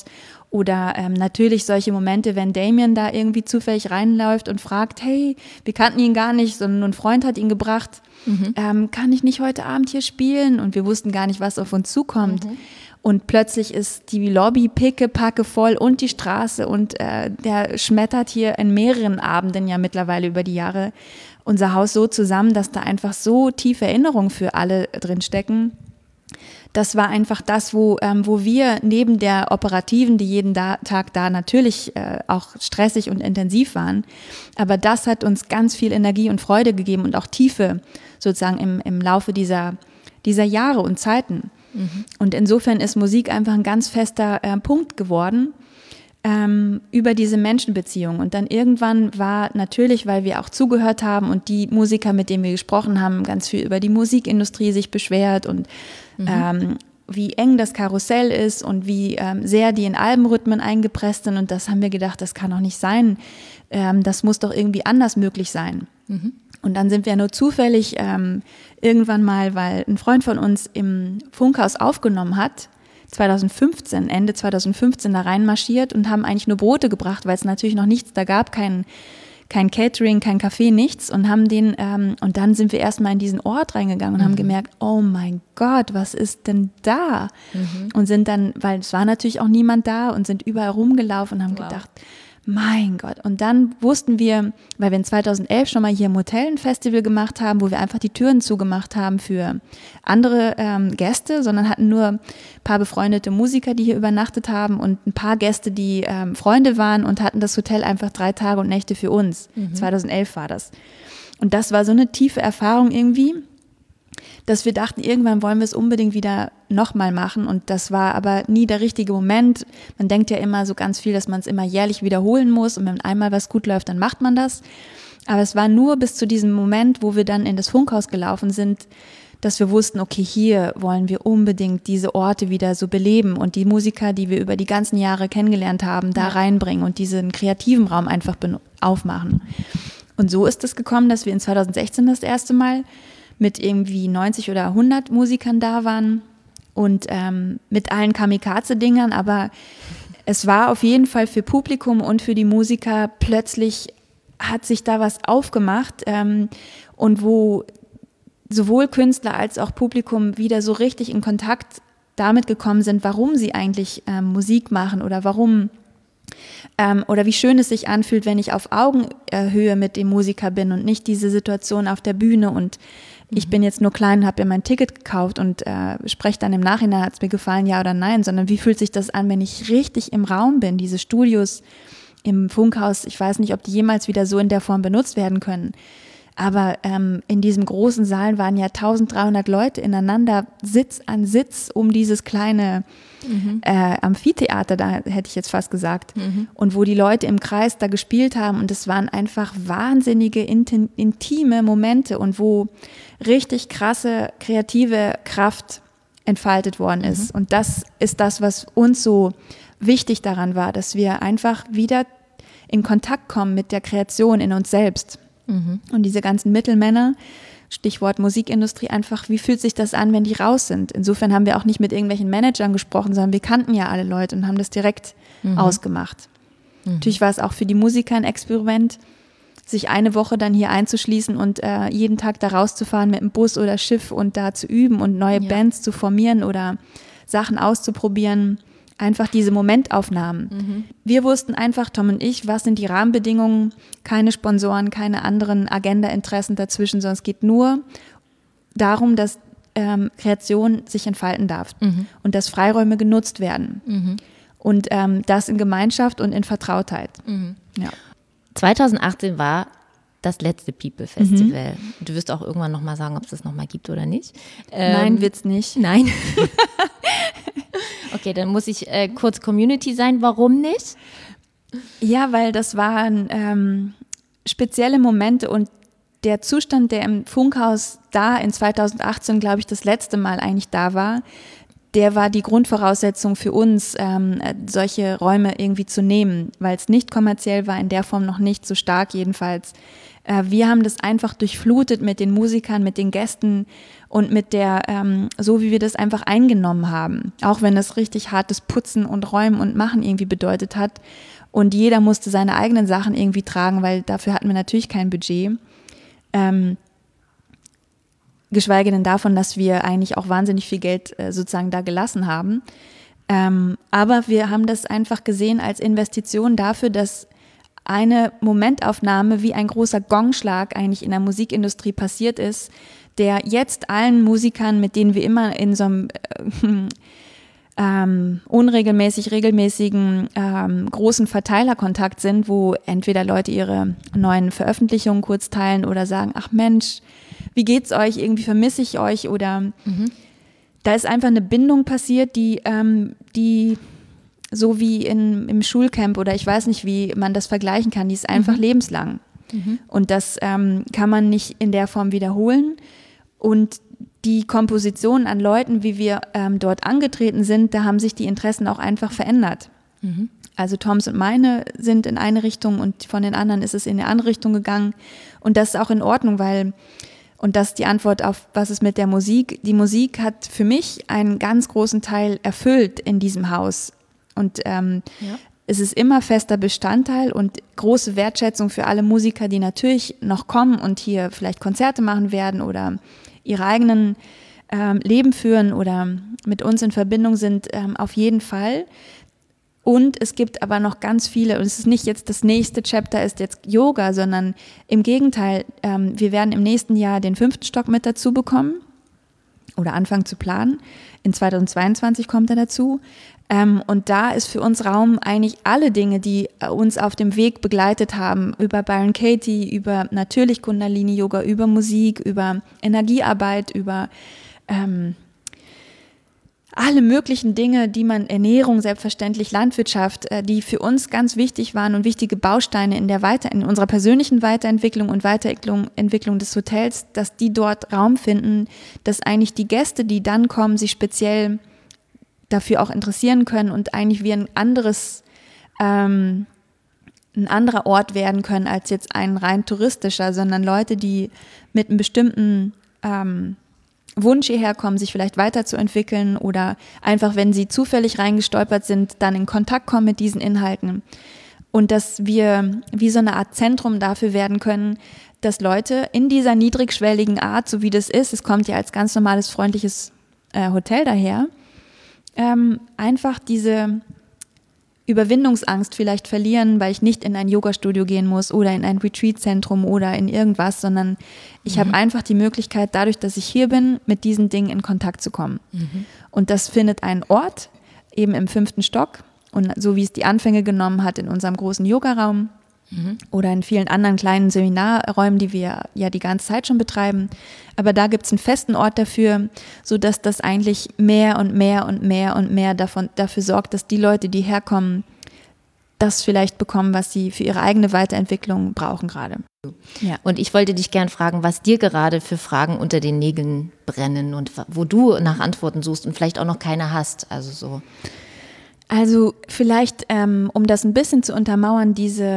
Oder natürlich solche Momente, wenn Damien da irgendwie zufällig reinläuft und fragt, hey, wir kannten ihn gar nicht, sondern ein Freund hat ihn gebracht, kann ich nicht heute Abend hier spielen? Und wir wussten gar nicht, was auf uns zukommt. Und plötzlich ist die Lobby pickepacke voll und die Straße und der schmettert hier in mehreren Abenden ja mittlerweile über die Jahre unser Haus so zusammen, dass da einfach so tiefe Erinnerungen für alle drinstecken. Das war einfach das, wo wir neben der Operativen, die jeden Tag da natürlich auch stressig und intensiv waren, aber das hat uns ganz viel Energie und Freude gegeben und auch Tiefe sozusagen im Laufe dieser Jahre und Zeiten. Und insofern ist Musik einfach ein ganz fester Punkt geworden über diese Menschenbeziehung. Und dann irgendwann war natürlich, weil wir auch zugehört haben und die Musiker, mit denen wir gesprochen haben, ganz viel über die Musikindustrie sich beschwert und wie eng das Karussell ist und wie sehr die in Albenrhythmen eingepresst sind. Und das haben wir gedacht, das kann doch nicht sein. Das muss doch irgendwie anders möglich sein. Und dann sind wir nur zufällig irgendwann mal, weil ein Freund von uns im Funkhaus aufgenommen hat, Ende 2015 da reinmarschiert und haben eigentlich nur Brote gebracht, weil es natürlich noch nichts da gab, kein Catering, kein Café, nichts und haben und dann sind wir erstmal in diesen Ort reingegangen und haben gemerkt, oh mein Gott, was ist denn da? Und sind dann, weil es war natürlich auch niemand da und sind überall rumgelaufen und haben gedacht, mein Gott. Und dann wussten wir, weil wir in 2011 schon mal hier im Hotel ein Festival gemacht haben, wo wir einfach die Türen zugemacht haben für andere Gäste, sondern hatten nur ein paar befreundete Musiker, die hier übernachtet haben und ein paar Gäste, die Freunde waren und hatten das Hotel einfach 3 Tage und Nächte für uns. 2011 war das. Und das war so eine tiefe Erfahrung irgendwie, dass wir dachten, irgendwann wollen wir es unbedingt wieder nochmal machen und das war aber nie der richtige Moment. Man denkt ja immer so ganz viel, dass man es immer jährlich wiederholen muss und wenn einmal was gut läuft, dann macht man das. Aber es war nur bis zu diesem Moment, wo wir dann in das Funkhaus gelaufen sind, dass wir wussten, okay, hier wollen wir unbedingt diese Orte wieder so beleben und die Musiker, die wir über die ganzen Jahre kennengelernt haben, da reinbringen und diesen kreativen Raum einfach aufmachen. Und so ist es gekommen, dass wir in 2016 das erste Mal mit irgendwie 90 oder 100 Musikern da waren und mit allen Kamikaze-Dingern, aber es war auf jeden Fall für Publikum und für die Musiker plötzlich hat sich da was aufgemacht und wo sowohl Künstler als auch Publikum wieder so richtig in Kontakt damit gekommen sind, warum sie eigentlich Musik machen oder warum oder wie schön es sich anfühlt, wenn ich auf Augenhöhe mit dem Musiker bin und nicht diese Situation auf der Bühne und ich bin jetzt nur klein, habe ja mein Ticket gekauft und spreche dann im Nachhinein, hat es mir gefallen, ja oder nein, sondern wie fühlt sich das an, wenn ich richtig im Raum bin, diese Studios im Funkhaus, ich weiß nicht, ob die jemals wieder so in der Form benutzt werden können, aber in diesem großen Saal waren ja 1300 Leute ineinander, Sitz an Sitz, um dieses kleine Amphitheater, da hätte ich jetzt fast gesagt, und wo die Leute im Kreis da gespielt haben und es waren einfach wahnsinnige, intime Momente und wo richtig krasse, kreative Kraft entfaltet worden ist. Und das ist das, was uns so wichtig daran war, dass wir einfach wieder in Kontakt kommen mit der Kreation in uns selbst. Und diese ganzen Mittelmänner, Stichwort Musikindustrie, einfach, wie fühlt sich das an, wenn die raus sind? Insofern haben wir auch nicht mit irgendwelchen Managern gesprochen, sondern wir kannten ja alle Leute und haben das direkt ausgemacht. Natürlich war es auch für die Musiker ein Experiment, sich eine Woche dann hier einzuschließen und jeden Tag da rauszufahren mit dem Bus oder Schiff und da zu üben und neue Bands zu formieren oder Sachen auszuprobieren. Einfach diese Momentaufnahmen. Wir wussten einfach, Tom und ich, was sind die Rahmenbedingungen, keine Sponsoren, keine anderen Agenda-Interessen dazwischen, sondern es geht nur darum, dass Kreation sich entfalten darf und dass Freiräume genutzt werden. Und das in Gemeinschaft und in Vertrautheit. Ja. 2018 war das letzte People Festival. Du wirst auch irgendwann nochmal sagen, ob es das nochmal gibt oder nicht. Nein, wird's nicht. Nein. Okay, dann muss ich kurz Community sein. Warum nicht? Ja, weil das waren spezielle Momente und der Zustand, der im Funkhaus da in 2018, glaube ich, das letzte Mal eigentlich da war, der war die Grundvoraussetzung für uns, solche Räume irgendwie zu nehmen, weil es nicht kommerziell war, in der Form noch nicht so stark jedenfalls. Wir haben das einfach durchflutet mit den Musikern, mit den Gästen und mit der, so wie wir das einfach eingenommen haben. Auch wenn das richtig hartes Putzen und Räumen und Machen irgendwie bedeutet hat. Und jeder musste seine eigenen Sachen irgendwie tragen, weil dafür hatten wir natürlich kein Budget. Geschweige denn davon, dass wir eigentlich auch wahnsinnig viel Geld sozusagen da gelassen haben. Aber wir haben das einfach gesehen als Investition dafür, dass eine Momentaufnahme wie ein großer Gongschlag eigentlich in der Musikindustrie passiert ist, der jetzt allen Musikern, mit denen wir immer in so einem regelmäßigen großen Verteilerkontakt sind, wo entweder Leute ihre neuen Veröffentlichungen kurz teilen oder sagen, ach Mensch, wie geht's euch, irgendwie vermisse ich euch oder da ist einfach eine Bindung passiert, die so wie im Schulcamp oder ich weiß nicht, wie man das vergleichen kann, die ist einfach lebenslang. Und das kann man nicht in der Form wiederholen. Und die Komposition an Leuten, wie wir dort angetreten sind, da haben sich die Interessen auch einfach verändert. Also Toms und meine sind in eine Richtung und von den anderen ist es in eine andere Richtung gegangen. Und das ist auch in Ordnung, und das ist die Antwort auf, was ist mit der Musik. Die Musik hat für mich einen ganz großen Teil erfüllt in diesem Haus. Und es ist immer fester Bestandteil und große Wertschätzung für alle Musiker, die natürlich noch kommen und hier vielleicht Konzerte machen werden oder ihre eigenen Leben führen oder mit uns in Verbindung sind, auf jeden Fall. Und es gibt aber noch ganz viele, und es ist nicht jetzt das nächste Chapter ist jetzt Yoga, sondern im Gegenteil, wir werden im nächsten Jahr den 5. Stock mit dazu bekommen oder anfangen zu planen. In 2022 kommt er dazu. Und da ist für uns Raum, eigentlich alle Dinge, die uns auf dem Weg begleitet haben, über Byron Katie, über natürlich Kundalini-Yoga, über Musik, über Energiearbeit, über alle möglichen Dinge, die man, Ernährung, selbstverständlich Landwirtschaft, die für uns ganz wichtig waren und wichtige Bausteine in unserer persönlichen Weiterentwicklung und Weiterentwicklung des Hotels, dass die dort Raum finden, dass eigentlich die Gäste, die dann kommen, sich speziell dafür auch interessieren können und eigentlich wie ein anderer Ort werden können als jetzt ein rein touristischer, sondern Leute, die mit einem bestimmten Wunsch hierher kommen, sich vielleicht weiterzuentwickeln oder einfach, wenn sie zufällig reingestolpert sind, dann in Kontakt kommen mit diesen Inhalten. Und dass wir wie so eine Art Zentrum dafür werden können, dass Leute in dieser niedrigschwelligen Art, so wie das ist, es kommt ja als ganz normales, freundliches Hotel daher, einfach diese Überwindungsangst vielleicht verlieren, weil ich nicht in ein Yoga-Studio gehen muss oder in ein Retreat-Zentrum oder in irgendwas, sondern ich habe einfach die Möglichkeit, dadurch, dass ich hier bin, mit diesen Dingen in Kontakt zu kommen. Und das findet einen Ort, eben im 5. Stock und so wie es die Anfänge genommen hat in unserem großen Yogaraum oder in vielen anderen kleinen Seminarräumen, die wir ja die ganze Zeit schon betreiben. Aber da gibt es einen festen Ort dafür, sodass das eigentlich mehr und mehr und mehr und mehr dafür sorgt, dass die Leute, die herkommen, das vielleicht bekommen, was sie für ihre eigene Weiterentwicklung brauchen gerade. Ja. Und ich wollte dich gern fragen, was dir gerade für Fragen unter den Nägeln brennen und wo du nach Antworten suchst und vielleicht auch noch keine hast. Also vielleicht, um das ein bisschen zu untermauern,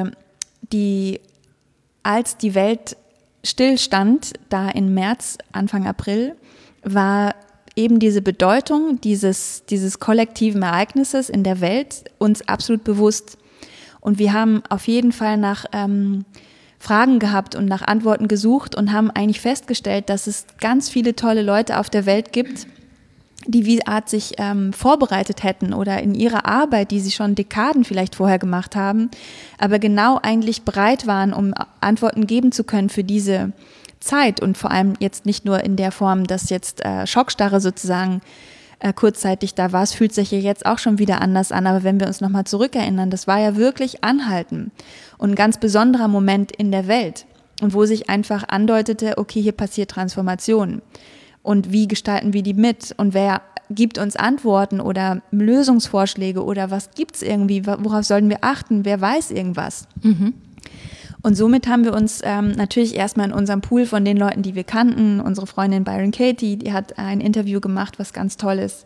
als die Welt stillstand, da im März, Anfang April, war eben diese Bedeutung dieses kollektiven Ereignisses in der Welt uns absolut bewusst. Und wir haben auf jeden Fall nach Fragen gehabt und nach Antworten gesucht und haben eigentlich festgestellt, dass es ganz viele tolle Leute auf der Welt gibt, die wie Art sich vorbereitet hätten oder in ihrer Arbeit, die sie schon Dekaden vielleicht vorher gemacht haben, aber genau eigentlich bereit waren, um Antworten geben zu können für diese Zeit und vor allem jetzt nicht nur in der Form, dass jetzt Schockstarre sozusagen kurzzeitig da war. Es fühlt sich ja jetzt auch schon wieder anders an, aber wenn wir uns nochmal zurückerinnern, das war ja wirklich anhalten und ein ganz besonderer Moment in der Welt und wo sich einfach andeutete, okay, hier passiert Transformation. Und wie gestalten wir die mit? Und wer gibt uns Antworten oder Lösungsvorschläge oder was gibt's irgendwie? Worauf sollten wir achten? Wer weiß irgendwas? Und somit haben wir uns natürlich erstmal in unserem Pool von den Leuten, die wir kannten, unsere Freundin Byron Katie, die hat ein Interview gemacht, was ganz toll ist,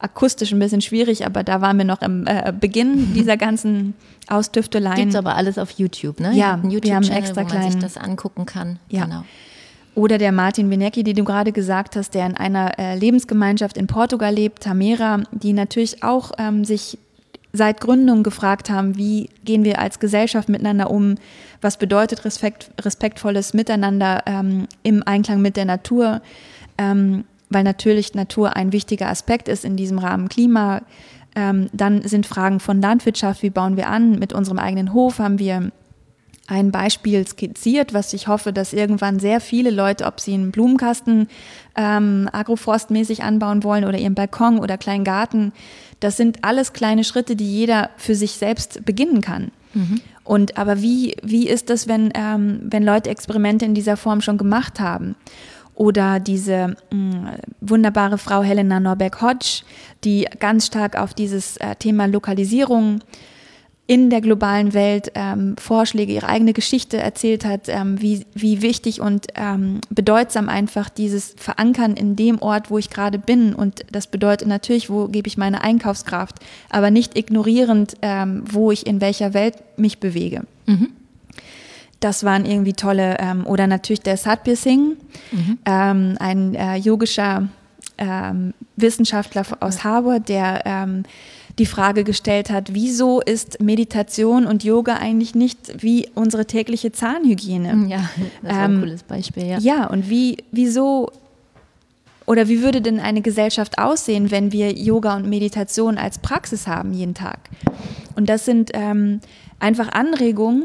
akustisch ein bisschen schwierig, aber da waren wir noch im Beginn dieser ganzen Austüfteleien. Gibt's aber alles auf YouTube, ne? Ja, einen wir haben YouTube-Channel, extra wo man sich das angucken kann. Ja. Genau. Oder der Martin Winecki, den du gerade gesagt hast, der in einer Lebensgemeinschaft in Portugal lebt, Tamera, die natürlich auch sich seit Gründung gefragt haben, wie gehen wir als Gesellschaft miteinander um, was bedeutet respektvolles Miteinander im Einklang mit der Natur, weil natürlich Natur ein wichtiger Aspekt ist in diesem Rahmen Klima. Dann sind Fragen von Landwirtschaft, wie bauen wir an, mit unserem eigenen Hof haben wir ein Beispiel skizziert, was ich hoffe, dass irgendwann sehr viele Leute, ob sie einen Blumenkasten agroforstmäßig anbauen wollen oder ihren Balkon oder kleinen Garten, das sind alles kleine Schritte, die jeder für sich selbst beginnen kann. Und aber wie ist das, wenn Leute Experimente in dieser Form schon gemacht haben? Oder diese wunderbare Frau Helena Norberg-Hodge, die ganz stark auf dieses Thema Lokalisierung in der globalen Welt Vorschläge, ihre eigene Geschichte erzählt hat, wie wichtig und bedeutsam einfach dieses Verankern in dem Ort, wo ich gerade bin. Und das bedeutet natürlich, wo gebe ich meine Einkaufskraft, aber nicht ignorierend, wo ich in welcher Welt mich bewege. Das waren irgendwie tolle, oder natürlich der Satbir Singh, ein yogischer Wissenschaftler aus Harvard, der die Frage gestellt hat, wieso ist Meditation und Yoga eigentlich nicht wie unsere tägliche Zahnhygiene? Ja, das war ein cooles Beispiel, ja. Ja, und wieso oder wie würde denn eine Gesellschaft aussehen, wenn wir Yoga und Meditation als Praxis haben jeden Tag? Und das sind einfach Anregungen,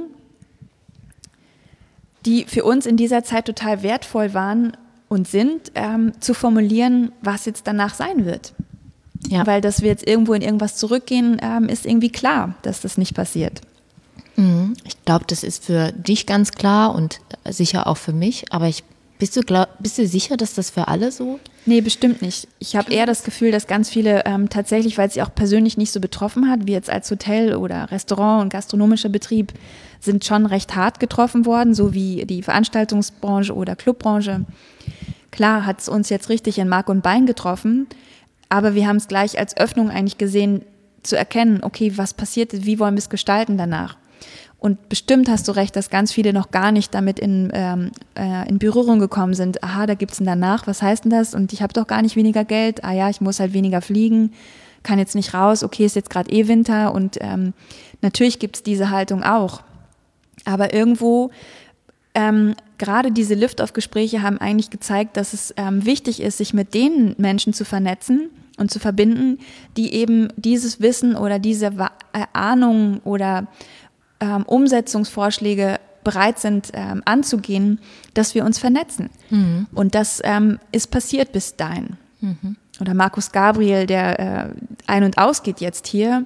die für uns in dieser Zeit total wertvoll waren und sind, zu formulieren, was jetzt danach sein wird. Ja. Weil, dass wir jetzt irgendwo in irgendwas zurückgehen, ist irgendwie klar, dass das nicht passiert. Ich glaube, das ist für dich ganz klar und sicher auch für mich. Aber bist du sicher, dass das für alle so? Nee, bestimmt nicht. Ich habe eher das Gefühl, dass ganz viele tatsächlich, weil es sie auch persönlich nicht so betroffen hat, wie jetzt als Hotel oder Restaurant und gastronomischer Betrieb, sind schon recht hart getroffen worden, so wie die Veranstaltungsbranche oder Clubbranche. Klar hat es uns jetzt richtig in Mark und Bein getroffen, aber wir haben es gleich als Öffnung eigentlich gesehen, zu erkennen, okay, was passiert, wie wollen wir es gestalten danach? Und bestimmt hast du recht, dass ganz viele noch gar nicht damit in Berührung gekommen sind. Aha, da gibt es ein Danach, was heißt denn das? Und ich habe doch gar nicht weniger Geld. Ah ja, ich muss halt weniger fliegen, kann jetzt nicht raus. Okay, ist jetzt gerade Winter. Und natürlich gibt es diese Haltung auch. Aber irgendwo, gerade diese Lift-Off-Gespräche haben eigentlich gezeigt, dass es wichtig ist, sich mit den Menschen zu vernetzen und zu verbinden, die eben dieses Wissen oder diese Ahnung oder Umsetzungsvorschläge bereit sind anzugehen, dass wir uns vernetzen. Und das ist passiert bis dahin. Oder Markus Gabriel, der ein- und ausgeht jetzt hier.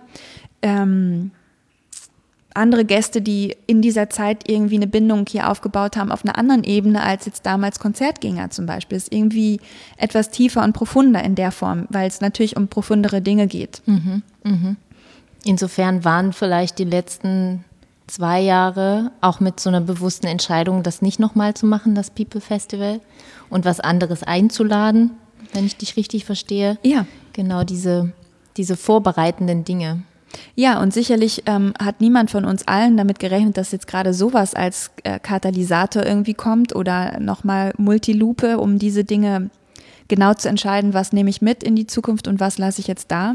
Andere Gäste, die in dieser Zeit irgendwie eine Bindung hier aufgebaut haben auf einer anderen Ebene als jetzt damals Konzertgänger zum Beispiel. Ist irgendwie etwas tiefer und profunder in der Form, weil es natürlich um profundere Dinge geht. Insofern waren vielleicht die letzten 2 Jahre auch mit so einer bewussten Entscheidung, das nicht nochmal zu machen, das People Festival, und was anderes einzuladen, wenn ich dich richtig verstehe. Ja. Genau, diese vorbereitenden Dinge. Ja, und sicherlich hat niemand von uns allen damit gerechnet, dass jetzt gerade sowas als Katalysator irgendwie kommt oder nochmal Multilupe, um diese Dinge genau zu entscheiden, was nehme ich mit in die Zukunft und was lasse ich jetzt da.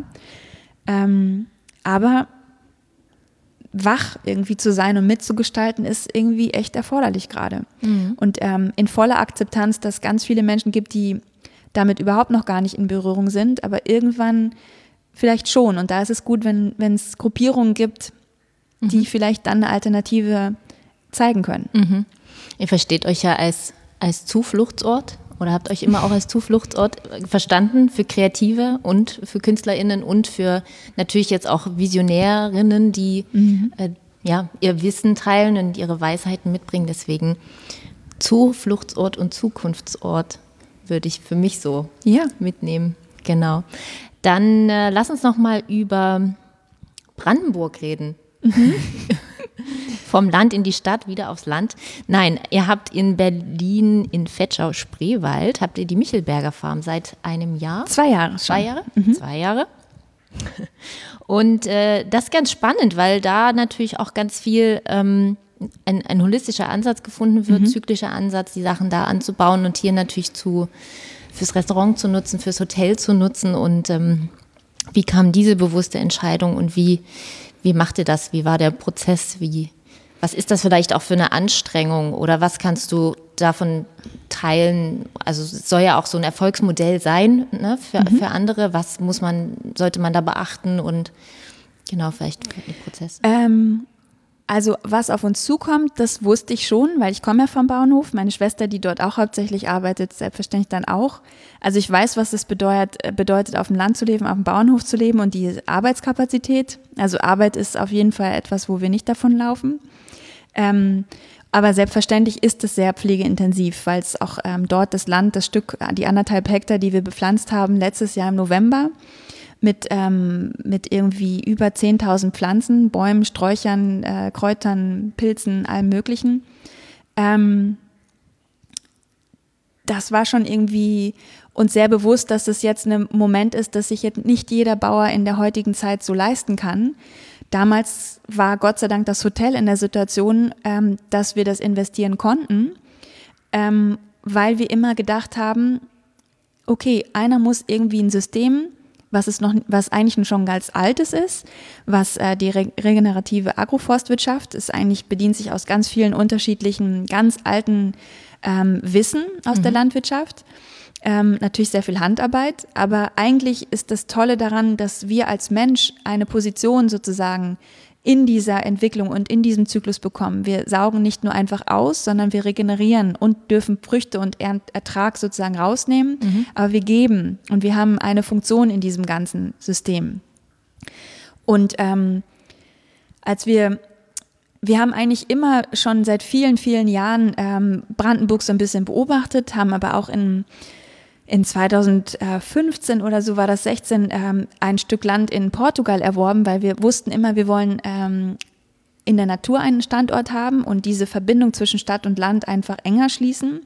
Aber wach irgendwie zu sein und mitzugestalten, ist irgendwie echt erforderlich gerade. Und in voller Akzeptanz, dass es ganz viele Menschen gibt, die damit überhaupt noch gar nicht in Berührung sind, aber irgendwann vielleicht schon. Und da ist es gut, wenn es Gruppierungen gibt, die vielleicht dann eine Alternative zeigen können. Ihr versteht euch ja als Zufluchtsort oder habt euch immer auch als Zufluchtsort verstanden für Kreative und für KünstlerInnen und für natürlich jetzt auch Visionärinnen, die ihr Wissen teilen und ihre Weisheiten mitbringen. Deswegen Zufluchtsort und Zukunftsort würde ich für mich so mitnehmen. Genau. Dann lass uns noch mal über Brandenburg reden. vom Land in die Stadt, wieder aufs Land. Nein, ihr habt in Berlin, in Vetschau-Spreewald, habt ihr die Michelberger Farm seit einem Jahr? 2 Jahre schon. 2 Jahre? 2 Jahre. Und das ist ganz spannend, weil da natürlich auch ganz viel ein holistischer Ansatz gefunden wird, zyklischer Ansatz, die Sachen da anzubauen und hier natürlich fürs Restaurant zu nutzen, fürs Hotel zu nutzen. Und wie kam diese bewusste Entscheidung und wie macht ihr das? Wie war der Prozess? Was ist das vielleicht auch für eine Anstrengung oder was kannst du davon teilen? Also es soll ja auch so ein Erfolgsmodell sein, ne, für andere. Was sollte man da beachten und genau, vielleicht für den Prozess? Also was auf uns zukommt, das wusste ich schon, weil ich komme ja vom Bauernhof. Meine Schwester, die dort auch hauptsächlich arbeitet, selbstverständlich dann auch. Also ich weiß, was es bedeutet, auf dem Land zu leben, auf dem Bauernhof zu leben und die Arbeitskapazität. Also Arbeit ist auf jeden Fall etwas, wo wir nicht davonlaufen. Aber selbstverständlich ist es sehr pflegeintensiv, weil es auch dort das Land, das Stück, die 1,5 Hektar, die wir bepflanzt haben, letztes Jahr im November, mit irgendwie über 10.000 Pflanzen, Bäumen, Sträuchern, Kräutern, Pilzen, allem Möglichen. Das war schon irgendwie uns sehr bewusst, dass es jetzt ein Moment ist, dass sich jetzt nicht jeder Bauer in der heutigen Zeit so leisten kann. Damals war Gott sei Dank das Hotel in der Situation, dass wir das investieren konnten, weil wir immer gedacht haben, okay, einer muss irgendwie ein System, was eigentlich schon ganz altes ist, was die regenerative Agroforstwirtschaft ist, eigentlich bedient sich aus ganz vielen unterschiedlichen, ganz alten Wissen aus der Landwirtschaft. Natürlich sehr viel Handarbeit, aber eigentlich ist das Tolle daran, dass wir als Mensch eine Position sozusagen in dieser Entwicklung und in diesem Zyklus bekommen. Wir saugen nicht nur einfach aus, sondern wir regenerieren und dürfen Früchte und Ertrag sozusagen rausnehmen, aber wir geben und wir haben eine Funktion in diesem ganzen System. Und als wir haben eigentlich immer schon seit vielen, vielen Jahren Brandenburg so ein bisschen beobachtet, haben aber auch in 2015 oder so war das 16 ein Stück Land in Portugal erworben, weil wir wussten immer, wir wollen in der Natur einen Standort haben und diese Verbindung zwischen Stadt und Land einfach enger schließen.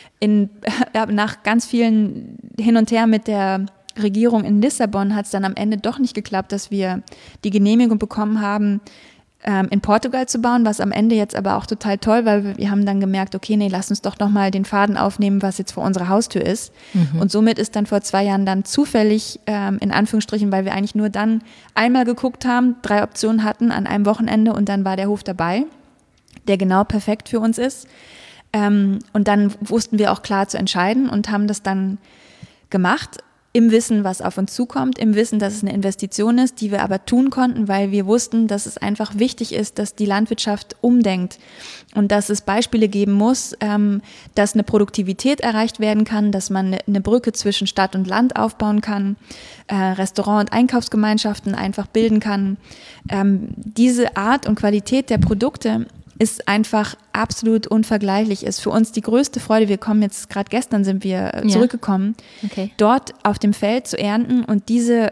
Nach ganz vielen Hin und Her mit der Regierung in Lissabon hat es dann am Ende doch nicht geklappt, dass wir die Genehmigung bekommen haben, in Portugal zu bauen, was am Ende jetzt aber auch total toll, weil wir haben dann gemerkt, okay, nee, lass uns doch nochmal den Faden aufnehmen, was jetzt vor unserer Haustür ist. Und somit ist dann vor 2 Jahren dann zufällig, in Anführungsstrichen, weil wir eigentlich nur dann einmal geguckt haben, 3 Optionen hatten an einem Wochenende und dann war der Hof dabei, der genau perfekt für uns ist. Und dann wussten wir auch klar zu entscheiden und haben das dann gemacht. Im Wissen, was auf uns zukommt, im Wissen, dass es eine Investition ist, die wir aber tun konnten, weil wir wussten, dass es einfach wichtig ist, dass die Landwirtschaft umdenkt und dass es Beispiele geben muss, dass eine Produktivität erreicht werden kann, dass man eine Brücke zwischen Stadt und Land aufbauen kann, Restaurant- und Einkaufsgemeinschaften einfach bilden kann. Diese Art und Qualität der Produkte ist einfach absolut unvergleichlich, ist für uns die größte Freude. Wir kommen jetzt, gerade gestern sind wir zurückgekommen, dort auf dem Feld zu ernten und diese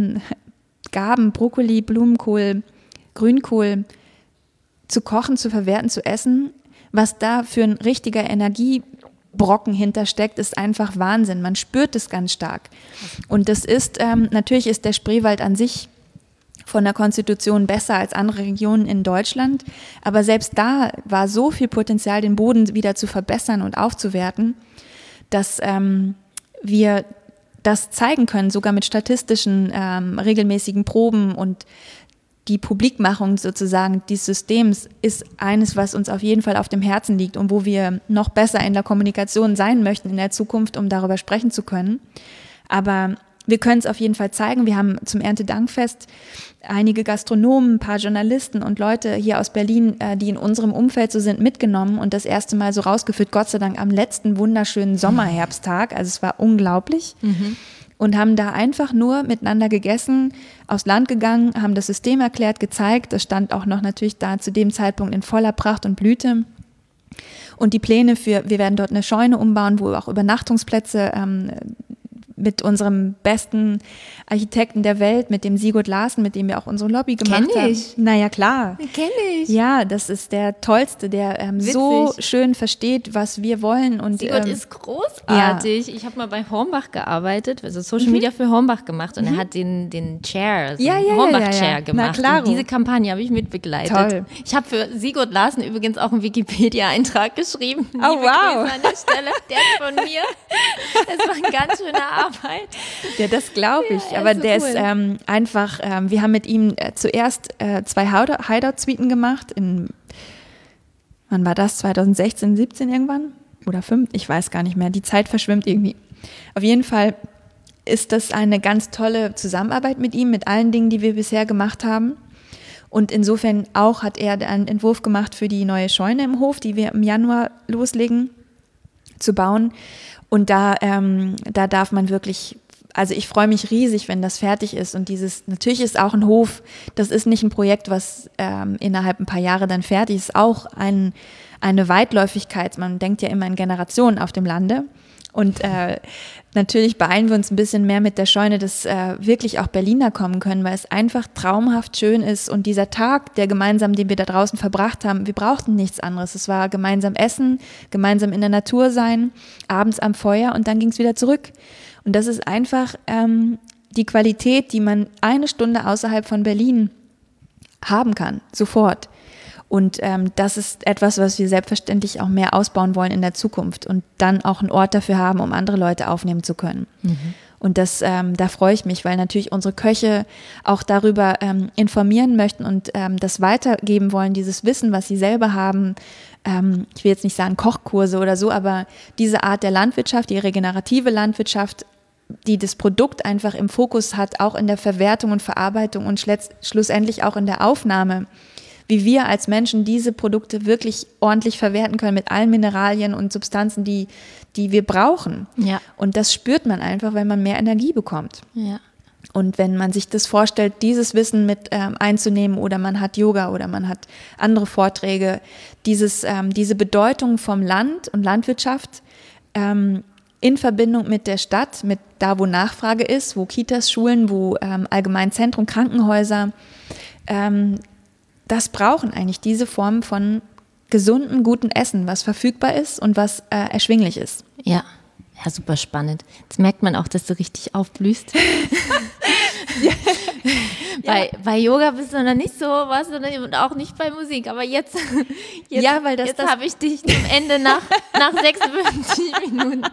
Gaben, Brokkoli, Blumenkohl, Grünkohl zu kochen, zu verwerten, zu essen. Was da für ein richtiger Energiebrocken hintersteckt, ist einfach Wahnsinn. Man spürt es ganz stark. Und das ist, natürlich ist der Spreewald an sich von der Konstitution besser als andere Regionen in Deutschland. Aber selbst da war so viel Potenzial, den Boden wieder zu verbessern und aufzuwerten, dass wir das zeigen können, sogar mit statistischen regelmäßigen Proben und die Publikmachung sozusagen dieses Systems ist eines, was uns auf jeden Fall auf dem Herzen liegt und wo wir noch besser in der Kommunikation sein möchten in der Zukunft, um darüber sprechen zu können. Aber wir können es auf jeden Fall zeigen. Wir haben zum Erntedankfest einige Gastronomen, ein paar Journalisten und Leute hier aus Berlin, die in unserem Umfeld so sind, mitgenommen und das erste Mal so rausgeführt, Gott sei Dank am letzten wunderschönen Sommerherbsttag. Also es war unglaublich. Und haben da einfach nur miteinander gegessen, aufs Land gegangen, haben das System erklärt, gezeigt. Das stand auch noch natürlich da zu dem Zeitpunkt in voller Pracht und Blüte. Und die Pläne wir werden dort eine Scheune umbauen, wo auch Übernachtungsplätze mit unserem besten Architekten der Welt, mit dem Sigurd Larsen, mit dem wir auch unsere Lobby gemacht haben. Kenn ich. Naja, klar. Kenn ich. Ja, das ist der Tollste, der so schön versteht, was wir wollen. Und Sigurd ist großartig. Ja. Ich habe mal bei Hornbach gearbeitet, also Social Media für Hornbach gemacht und er hat den Chair, so Hornbach-Chair gemacht. Und diese Kampagne habe ich mitbegleitet. Toll. Ich habe für Sigurd Larsen übrigens auch einen Wikipedia-Eintrag geschrieben. Oh, wow. An der Stelle, der ist von mir. Das war eine ganz schöne Arbeit. Ja, das glaube ich. Ja, aber der ist einfach, wir haben mit ihm zuerst 2 Hideout-Suiten gemacht. Wann war das? 2016, 17 irgendwann? Oder 5? Ich weiß gar nicht mehr. Die Zeit verschwimmt irgendwie. Auf jeden Fall ist das eine ganz tolle Zusammenarbeit mit ihm, mit allen Dingen, die wir bisher gemacht haben. Und insofern auch hat er einen Entwurf gemacht für die neue Scheune im Hof, die wir im Januar loslegen zu bauen. Und da darf man wirklich, also ich freue mich riesig, wenn das fertig ist. Und natürlich ist auch ein Hof, das ist nicht ein Projekt, was innerhalb ein paar Jahre dann fertig ist, auch eine Weitläufigkeit. Man denkt ja immer in Generationen auf dem Lande. Und natürlich beeilen wir uns ein bisschen mehr mit der Scheune, dass wirklich auch Berliner kommen können, weil es einfach traumhaft schön ist. Und dieser Tag, den wir da draußen verbracht haben, wir brauchten nichts anderes. Es war gemeinsam essen, gemeinsam in der Natur sein, abends am Feuer und dann ging es wieder zurück. Und das ist einfach die Qualität, die man 1 Stunde außerhalb von Berlin haben kann, sofort. Und das ist etwas, was wir selbstverständlich auch mehr ausbauen wollen in der Zukunft und dann auch einen Ort dafür haben, um andere Leute aufnehmen zu können. Mhm. Und da freue ich mich, weil natürlich unsere Köche auch darüber informieren möchten und das weitergeben wollen, dieses Wissen, was sie selber haben. Ich will jetzt nicht sagen Kochkurse oder so, aber diese Art der Landwirtschaft, die regenerative Landwirtschaft, die das Produkt einfach im Fokus hat, auch in der Verwertung und Verarbeitung und schlussendlich auch in der Aufnahme, wie wir als Menschen diese Produkte wirklich ordentlich verwerten können mit allen Mineralien und Substanzen, die wir brauchen. Ja. Und das spürt man einfach, wenn man mehr Energie bekommt. Ja. Und wenn man sich das vorstellt, dieses Wissen mit einzunehmen oder man hat Yoga oder man hat andere Vorträge, diese Bedeutung vom Land und Landwirtschaft in Verbindung mit der Stadt, mit da, wo Nachfrage ist, wo Kitas, Schulen, wo Allgemeinzentrum, Krankenhäuser, das brauchen eigentlich diese Form von gesundem, gutem Essen, was verfügbar ist und was erschwinglich ist. Ja, super spannend. Jetzt merkt man auch, dass du richtig aufblühst. Bei Yoga bist du noch nicht so, warst du und auch nicht bei Musik, aber jetzt habe ich dich zum Ende nach 56 Minuten.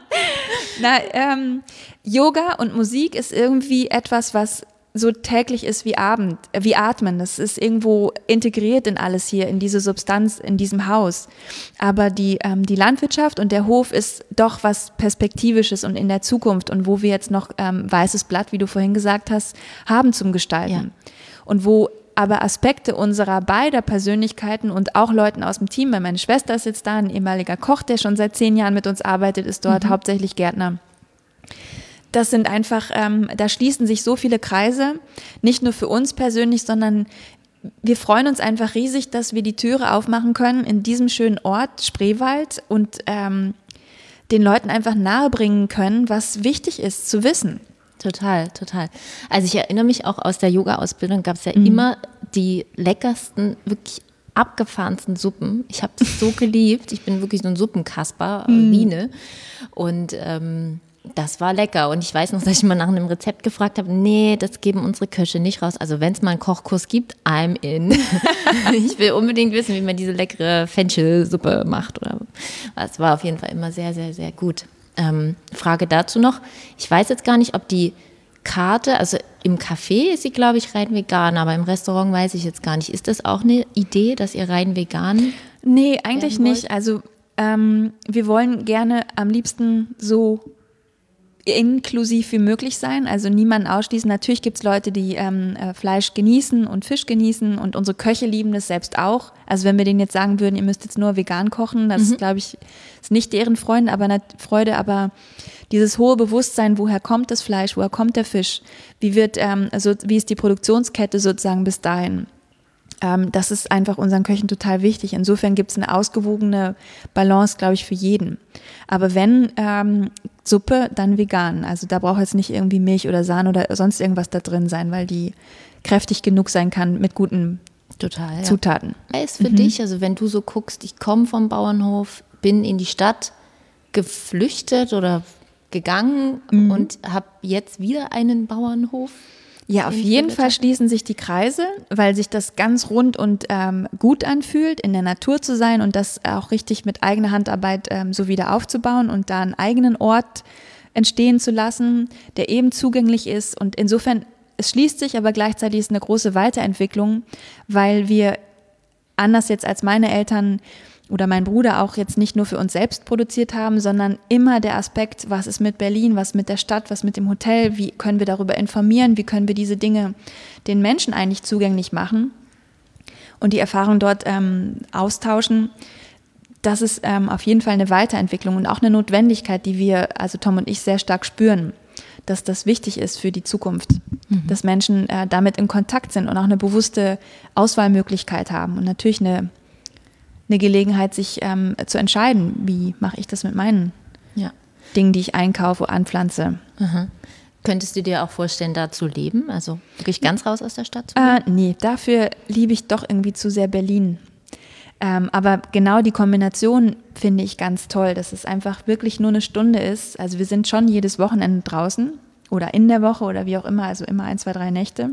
Yoga und Musik ist irgendwie etwas, was so täglich ist wie Atmen. Das ist irgendwo integriert in alles hier, in diese Substanz, in diesem Haus. Aber die Landwirtschaft und der Hof ist doch was Perspektivisches und in der Zukunft und wo wir jetzt noch weißes Blatt, wie du vorhin gesagt hast, haben zum Gestalten. Ja. Und wo aber Aspekte unserer beider Persönlichkeiten und auch Leuten aus dem Team, weil meine Schwester ist jetzt da, ein ehemaliger Koch, der schon seit 10 Jahren mit uns arbeitet, ist dort hauptsächlich Gärtner. Das sind einfach, da schließen sich so viele Kreise, nicht nur für uns persönlich, sondern wir freuen uns einfach riesig, dass wir die Türe aufmachen können in diesem schönen Ort, Spreewald, und den Leuten einfach nahebringen können, was wichtig ist zu wissen. Total. Also ich erinnere mich auch aus der Yoga-Ausbildung, gab es ja immer die leckersten, wirklich abgefahrensten Suppen. Ich habe das so geliebt. Ich bin wirklich so ein Suppenkasper, Line. Und das war lecker. Und ich weiß noch, dass ich mal nach einem Rezept gefragt habe, nee, das geben unsere Köche nicht raus. Also wenn es mal einen Kochkurs gibt, I'm in. Ich will unbedingt wissen, wie man diese leckere Fenchelsuppe macht. Es war auf jeden Fall immer sehr, sehr, sehr gut. Frage dazu noch. Ich weiß jetzt gar nicht, ob die Karte, also im Café ist sie, glaube ich, rein vegan, aber im Restaurant weiß ich jetzt gar nicht. Ist das auch eine Idee, dass ihr rein vegan? Nee, eigentlich nicht. Also wir wollen gerne am liebsten so inklusiv wie möglich sein, also niemanden ausschließen. Natürlich gibt es Leute, die Fleisch genießen und Fisch genießen und unsere Köche lieben das selbst auch. Also wenn wir denen jetzt sagen würden, ihr müsst jetzt nur vegan kochen, das glaube ich, ist nicht deren Freude, aber dieses hohe Bewusstsein, woher kommt das Fleisch, woher kommt der Fisch, wie ist die Produktionskette sozusagen bis dahin. Das ist einfach unseren Köchen total wichtig. Insofern gibt es eine ausgewogene Balance, glaube ich, für jeden. Aber wenn Suppe, dann vegan. Also da braucht jetzt nicht irgendwie Milch oder Sahne oder sonst irgendwas da drin sein, weil die kräftig genug sein kann mit guten Zutaten. Ist für dich, also wenn du so guckst, ich komme vom Bauernhof, bin in die Stadt geflüchtet oder gegangen und habe jetzt wieder einen Bauernhof. Ja, auf jeden Fall schließen sich die Kreise, weil sich das ganz rund und gut anfühlt, in der Natur zu sein und das auch richtig mit eigener Handarbeit so wieder aufzubauen und da einen eigenen Ort entstehen zu lassen, der eben zugänglich ist. Und insofern, es schließt sich, aber gleichzeitig ist eine große Weiterentwicklung, weil wir anders jetzt als meine Eltern oder mein Bruder auch jetzt nicht nur für uns selbst produziert haben, sondern immer der Aspekt, was ist mit Berlin, was mit der Stadt, was mit dem Hotel, wie können wir darüber informieren, wie können wir diese Dinge den Menschen eigentlich zugänglich machen und die Erfahrung dort austauschen. Das ist auf jeden Fall eine Weiterentwicklung und auch eine Notwendigkeit, die wir, also Tom und ich, sehr stark spüren, dass das wichtig ist für die Zukunft, dass Menschen damit in Kontakt sind und auch eine bewusste Auswahlmöglichkeit haben und natürlich eine Gelegenheit, sich zu entscheiden, wie mache ich das mit meinen Dingen, die ich einkaufe, anpflanze. Aha. Könntest du dir auch vorstellen, da zu leben? Also wirklich ganz raus aus der Stadt zu leben? Nee, dafür liebe ich doch irgendwie zu sehr Berlin. Aber genau die Kombination finde ich ganz toll, dass es einfach wirklich nur eine Stunde ist. Also wir sind schon jedes Wochenende draußen oder in der Woche oder wie auch immer, also immer 1, 2, 3 Nächte.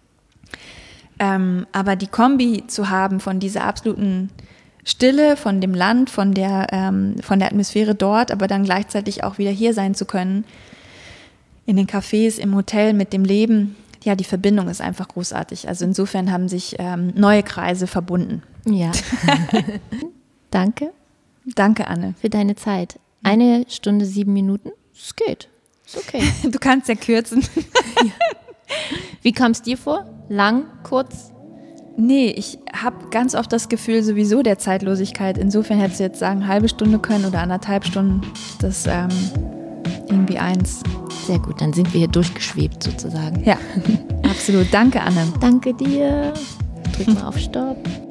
Aber die Kombi zu haben von dieser absoluten Stille, von dem Land, von der Atmosphäre dort, aber dann gleichzeitig auch wieder hier sein zu können, in den Cafés, im Hotel, mit dem Leben. Ja, die Verbindung ist einfach großartig. Also insofern haben sich neue Kreise verbunden. Ja. Danke. Danke, Anne. Für deine Zeit. 1 Stunde 7 Minuten? Es geht. Ist okay. Du kannst ja kürzen. Ja. Wie kam es dir vor? Lang, kurz? Nee, ich habe ganz oft das Gefühl sowieso der Zeitlosigkeit. Insofern hättest du jetzt sagen, halbe Stunde können oder 1,5 Stunden. Das irgendwie 1. Sehr gut, dann sind wir hier durchgeschwebt sozusagen. Ja, absolut. Danke, Anne. Danke dir. Drück mal auf Stopp.